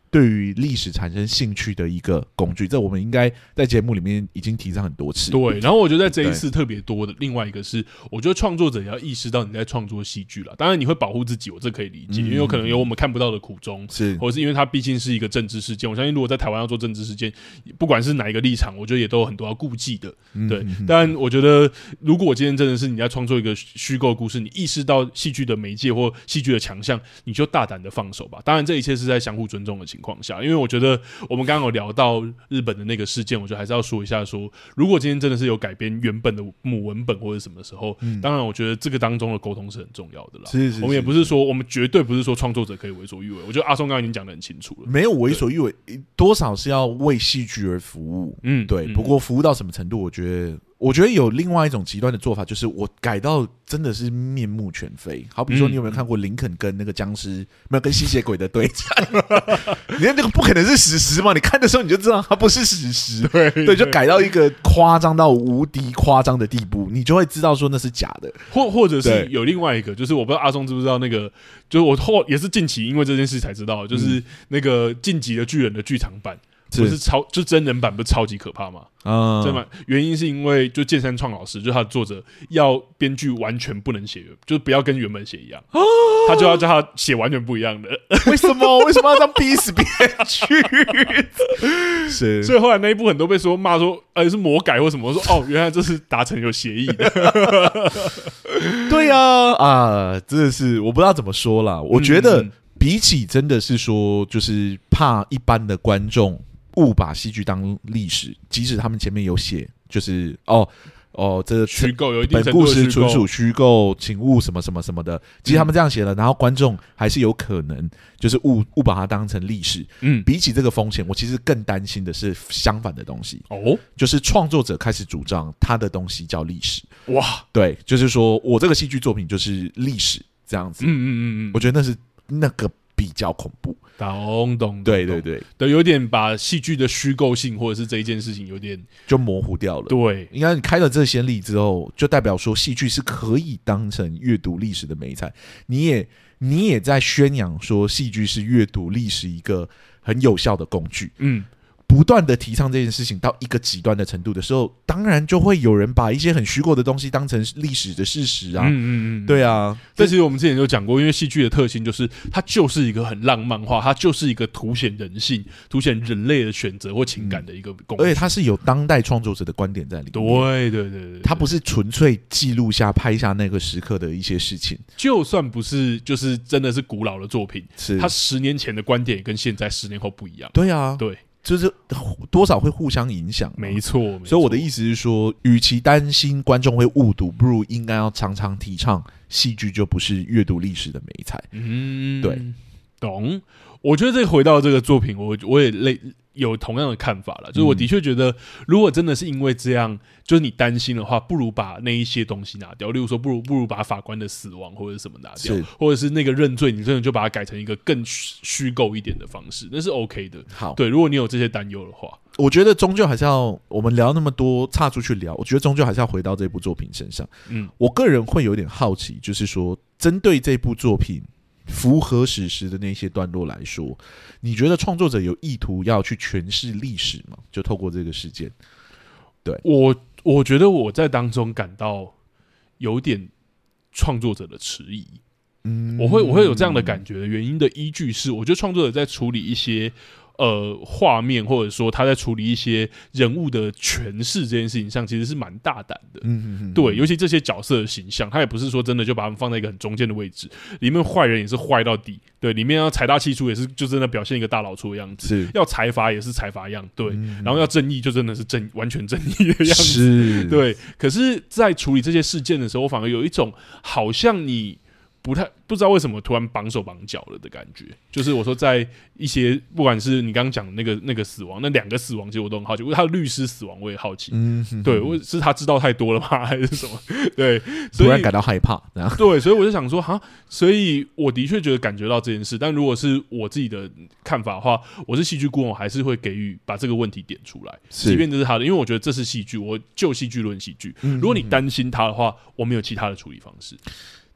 对于历史产生兴趣的一个工具，这我们应该在节目里面已经提倡很多次。 对，然后我觉得在这一次特别多的另外一个是，我觉得创作者也要意识到你在创作戏剧了。当然你会保护自己，我这可以理解，嗯、因为有可能有我们看不到的苦衷， 是， 或者是因为它毕竟是一个政治事件。我相信如果在台湾要做政治事件，不管是哪一个立场，我觉得也都有很多要顾忌的。对，嗯、但我觉得如果今天真的是你在创作一个虚构故事，你意识到戏剧的媒介或戏剧的强项，你就大胆的放手吧。当然这一切是在相互尊重的情况下，因为我觉得我们刚刚有聊到日本的那个事件，我觉得还是要说一下说，说如果今天真的是有改编原本的母文本或者什么时候，嗯、当然我觉得这个当中的沟通是很重要的啦。 是是是是， 我们也不是说，我们绝对不是说创作者可以为所欲为。我觉得阿松刚刚已经讲得很清楚了， 没有为所欲为，多少是要为戏剧而服务。嗯，对。嗯、不过服务到什么程度，我觉得。我觉得有另外一种极端的做法，就是我改到真的是面目全非。好比说，你有没有看过林肯跟那个僵尸，没有跟吸血鬼的对战？你看那个不可能是史实嘛？你看的时候你就知道它不是史实， 对对, 对，就改到一个夸张到无敌夸张的地步，你就会知道说那是假的。 或或者是有另外一个，就是我不知道阿松知不知道那个，就是我后也是近期因为这件事才知道，就是那个晋级的巨人的剧场版。不是超就真人版不是超级可怕吗？啊，真的，原因是因为就剑山创老师，就他的作者要编剧完全不能写，就是不要跟原本写一样，啊、他就要叫他写完全不一样的。 为什么？为什么要这样逼死编剧？是， 所以后来那一部很多被说骂说，呃，是魔改或什么。我说哦，原来这是达成有协议的。 对呀、啊，啊，真的是我不知道怎么说啦。我觉得比起真的是说，就是怕一般的观众。误把戏剧当历史，即使他们前面有写，就是哦哦，这虚构有一定本故事纯属虚构，请勿什么什么什么的。即使他们这样写了，然后观众还是有可能就是误误把它当成历史。嗯，比起这个风险，我其实更担心的是相反的东西。哦，就是创作者开始主张他的东西叫历史。哇，对，就是说我这个戏剧作品就是历史这样子。嗯嗯嗯嗯，我觉得那是那个比较恐怖。 懂懂， 对对对对，有点把戏剧的虚构性或者是这一件事情有点就模糊掉了。 对， 应该你开了这先例之后，就代表说戏剧是可以当成阅读历史的媒材。你也你也在宣扬说戏剧是阅读历史一个很有效的工具。嗯。不断的提倡这件事情到一个极端的程度的时候，当然就会有人把一些很虚构的东西当成历史的事实啊。嗯嗯嗯，对啊。 但其实我们之前就讲过，因为戏剧的特性就是它就是一个很浪漫化，它就是一个凸显人性、凸显人类的选择或情感的一个工具， 而且它是有当代创作者的观点在里面。 对对对 对, 对， 它不是纯粹记录下拍下那个时刻的一些事情。 就算不是，就是真的是古老的作品，是它十年前的观点也跟现在十年后不一样。 对啊， 对。 就是多少会互相影响， 没错。 所以我的意思是说，与其担心观众会误读，不如应该要常常提倡戏剧就不是阅读历史的媒材。嗯，对， 懂。我觉得这回到这个作品，我我也类有同样的看法了，就是我的确觉得，如果真的是因为这样，就是你担心的话，不如把那一些东西拿掉，例如说，不如不如把法官的死亡或者什么拿掉，或者是那个认罪，你真的就把它改成一个更虚构一点的方式，那是 OK 的。好，对，如果你有这些担忧的话， 我觉得终究还是要我们聊那么多，岔出去聊，我觉得终究还是要回到这部作品身上。嗯，我个人会有点好奇，就是说，针对这部作品。符合史实的那些段落来说，你觉得创作者有意图要去诠释历史吗？就透过这个事件，对我，我觉得我在当中感到有点创作者的迟疑。嗯，我会我会有这样的感觉的原因的依据是，我觉得创作者在处理一些。呃，画面或者说他在处理一些人物的诠释这件事情上，其实是蛮大胆的。嗯嗯嗯，对，尤其这些角色的形象，他也不是说真的就把他们放在一个很中间的位置，里面坏人也是坏到底，对，里面要财大气粗也是就真的表现一个大老粗的样子，是要财阀也是财阀样，对，嗯、然后要正义就真的是正完全正义的样子，是，对。可是，在处理这些事件的时候，我反而有一种好像你。不太不知道为什么突然绑手绑脚了的感觉，就是我说在一些不管是你刚刚讲的那个那个死亡，那两个死亡其实我都很好奇，他的律师死亡我也好奇，嗯哼哼，对，我是他知道太多了吗，还是什么？对， 突然感到害怕， 对，所以我就想说，哈，所以我的确觉得感觉到这件事，但如果是我自己的看法的话，我是戏剧顾问，我还是会给予把这个问题点出来，即便这是他的，因为我觉得这是戏剧，我就戏剧论戏剧，嗯哼哼，如果你担心他的话，我没有其他的处理方式。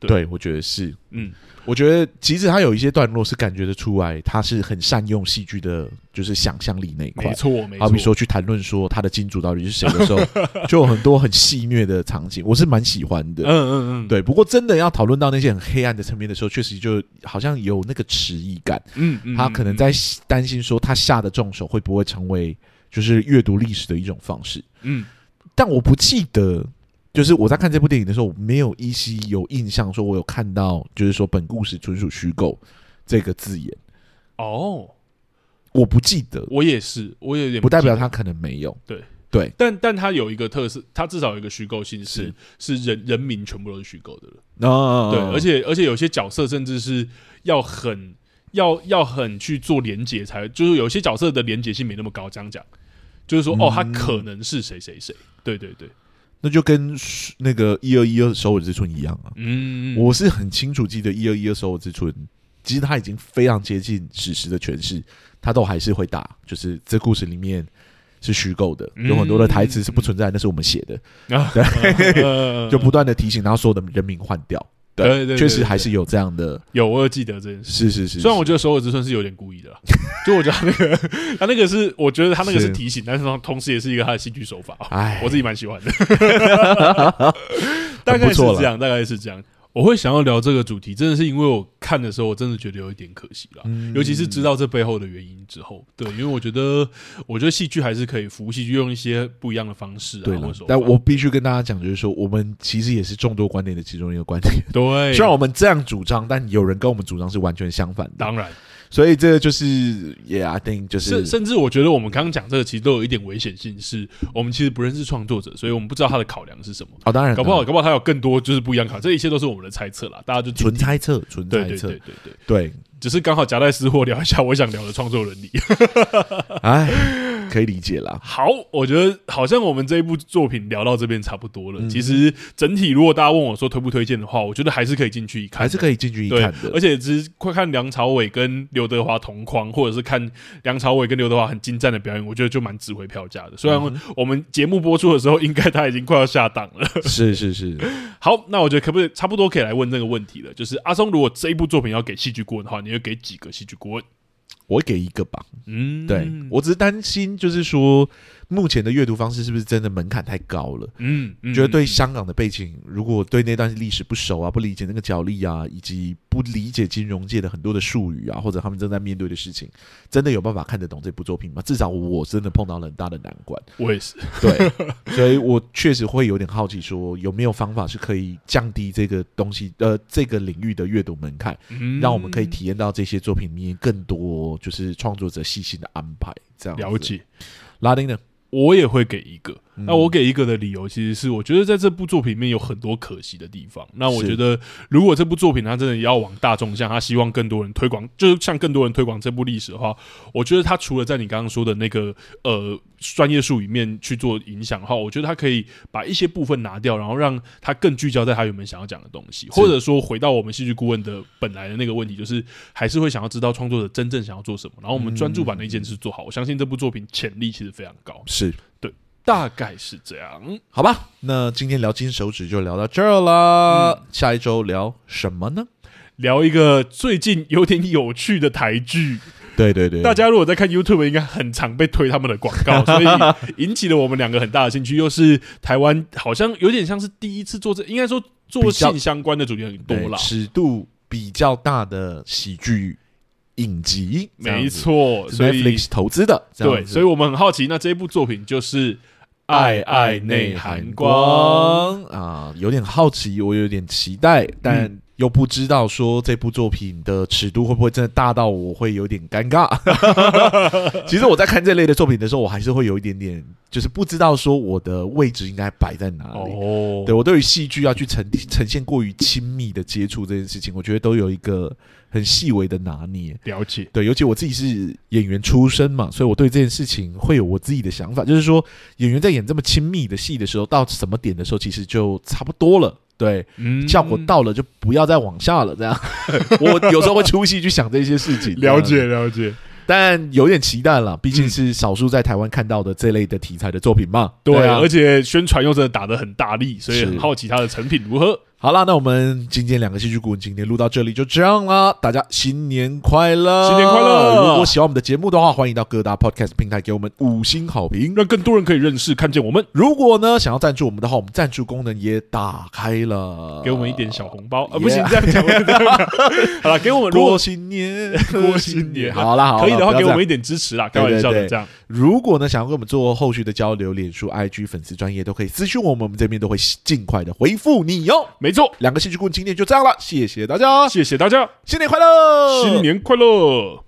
对，对我觉得是，嗯。我觉得其实他有一些段落是感觉得出来，他是很善用戏剧的，就是想象力那一块。 没错，没错。 好比说去谈论说他的金主到底是谁的时候，就有很多很戏谑的场景，我是蛮喜欢的。嗯嗯嗯，对。不过真的要讨论到那些很黑暗的层面的时候，确实就好像有那个迟疑感。嗯嗯，他可能在担心说他下的重手会不会成为就是阅读历史的一种方式。嗯，但我不记得。就是我在看这部电影的时候，我没有依稀有印象，说我有看到，就是说本故事纯属虚构这个字眼。哦，我不记得， 我也是，我也有点不代表他可能没有。 对对， 但但他有一个特色，他至少有一个虚构性是是人人民全部都是虚构的了。哦，对，而且而且有些角色甚至是要很要要很去做连结才，就是有些角色的连结性没那么高。这样讲，就是说、嗯、哦，他可能是谁谁谁。对对对。 那就跟那个一二一二首尔之春一样啊，嗯，我是很清楚记得一二一二首尔之春，其实他已经非常接近史实的诠释，他都还是会打，就是这故事里面是虚构的，有很多的台词是不存在，那是我们写的，嗯、对，就不断的提醒，然后所有的人名换掉。对对，确实还是有这样的。 有，我有记得这件事。 是是是， 虽然我觉得首尔之春是有点故意的啦，就我觉得他那个他那个是，我觉得他那个是提醒，但是同时也是一个他的戏剧手法。哎，我自己蛮喜欢的。大概是这样，大概是这样。我会想要聊这个主题，真的是因为我看的时候，我真的觉得有一点可惜啦、嗯、尤其是知道这背后的原因之后，对，因为我觉得，我觉得戏剧还是可以服务戏剧，用一些不一样的方式啊。 对了，但我必须跟大家讲，就是说，我们其实也是众多观点的其中一个观点。 对， 虽然我们这样主张，但有人跟我们主张是完全相反的。 当然。 所以这个就是 ，Yeah, I think 就是， 甚至我觉得我们刚刚讲这个其实都有一点危险性，是我们其实不认识创作者，所以我们不知道他的考量是什么。 哦，当然， 搞不好，搞不好他有更多就是不一样考量，这一切都是我们的猜测啦，大家就纯猜测，纯猜测， 对对对对对对， 只是刚好夹带私货聊一下我想聊的创作伦理。 哎，可以理解啦。 好，我觉得好像我们这一部作品聊到这边差不多了。嗯、其实整体如果大家问我说推不推荐的话，我觉得还是可以进去一看， 还是可以进去一看的。 而且只是快看梁朝伟跟刘德华同框，或者是看梁朝伟跟刘德华很精湛的表演，我觉得就蛮值回票价的。虽然我们节目播出的时候，应该他已经快要下档了。 是是是。好， 那我觉得可不可以差不多可以来问这个问题了？就是阿松，如果这一部作品要给戏剧顾问的话，你会给几个戏剧顾问？ 我会给一个吧。嗯，对，我只是担心，就是说目前的阅读方式是不是真的门槛太高了？嗯，嗯觉得对香港的背景，如果对那段历史不熟啊，不理解那个角力啊，以及不理解金融界的很多的术语啊，或者他们正在面对的事情，真的有办法看得懂这部作品吗？至少我真的碰到了很大的难关。 我也是， 对，所以我确实会有点好奇，说有没有方法是可以降低这个东西，呃，这个领域的阅读门槛，嗯、让我们可以体验到这些作品里面更多就是创作者细心的安排。这样了解。 拉丁呢？ 我也会给一个，嗯、那我给一个的理由其实是，我觉得在这部作品里面有很多可惜的地方。那我觉得，如果这部作品它真的要往大众向，他希望更多人推广，就是向更多人推广这部历史的话，我觉得他除了在你刚刚说的那个呃专业术语面去做影响的话，我觉得他可以把一些部分拿掉，然后让他更聚焦在他原本想要讲的东西，或者说回到我们戏剧顾问的本来的那个问题，就是还是会想要知道创作者真正想要做什么，然后我们专注把那件事做好。我相信这部作品潜力其实非常高。 是。 对，大概是这样， 好吧？那今天聊金手指就聊到这儿了，嗯、下一周聊什么呢？ 聊一个最近有点有趣的台剧。 对对对， 大家如果在看 YouTube， 应该很常被推他们的广告，所以引起了我们两个很大的兴趣。又是台湾，好像有点像是第一次做这，应该说做性相关的主题很多啦， 尺度比较大的喜剧。影集没错，所以 Netflix 投资的， 对，所以我们很好奇，那这一部作品就是《爱爱内涵光》 啊，有点好奇，我有点期待，但、嗯、又不知道说这部作品的尺度会不会真的大到我会有点尴尬。其实我在看这类的作品的时候，我还是会有一点点，就是不知道说我的位置应该摆在哪里。哦，对，我对于戏剧要去呈呈现过于亲密的接触这件事情，我觉得都有一个很细微的拿捏。 了解， 对，尤其我自己是演员出身嘛，所以我对这件事情会有我自己的想法，就是说演员在演这么亲密的戏的时候，到什么点的时候，其实就差不多了。对、嗯，效果到了就不要再往下了。这样，我有时候会出戏去想这些事情。 了解，了解。 但有点期待了，毕竟是少数在台湾看到的这类的题材的作品嘛。 对啊，而且宣传又真的打得很大力，所以很好奇它的成品如何。 好啦，那我们今天两个戏剧顾问今天录到这里就这样啦，大家新年快乐， 新年快乐！ 如果喜欢我们的节目的话，欢迎到各大 podcast 平台给我们五星好评， 让更多人可以认识看见我们。 如果呢想要赞助我们的话，我们赞助功能也打开了， 给我们一点小红包。呃，不行，这样讲，好了，给我们过新年， 过新年， 好啦，好啦， 可以的话给我们一点支持啦，开玩笑的这样。 如果呢想要跟我们做后续的交流，脸书、I G、粉丝专页都可以私讯我们，我们这边都会尽快的回复你哟。 没错， 两个戏剧顾问今天就这样了，谢谢大家， 谢谢大家， 新年快乐， 新年快乐。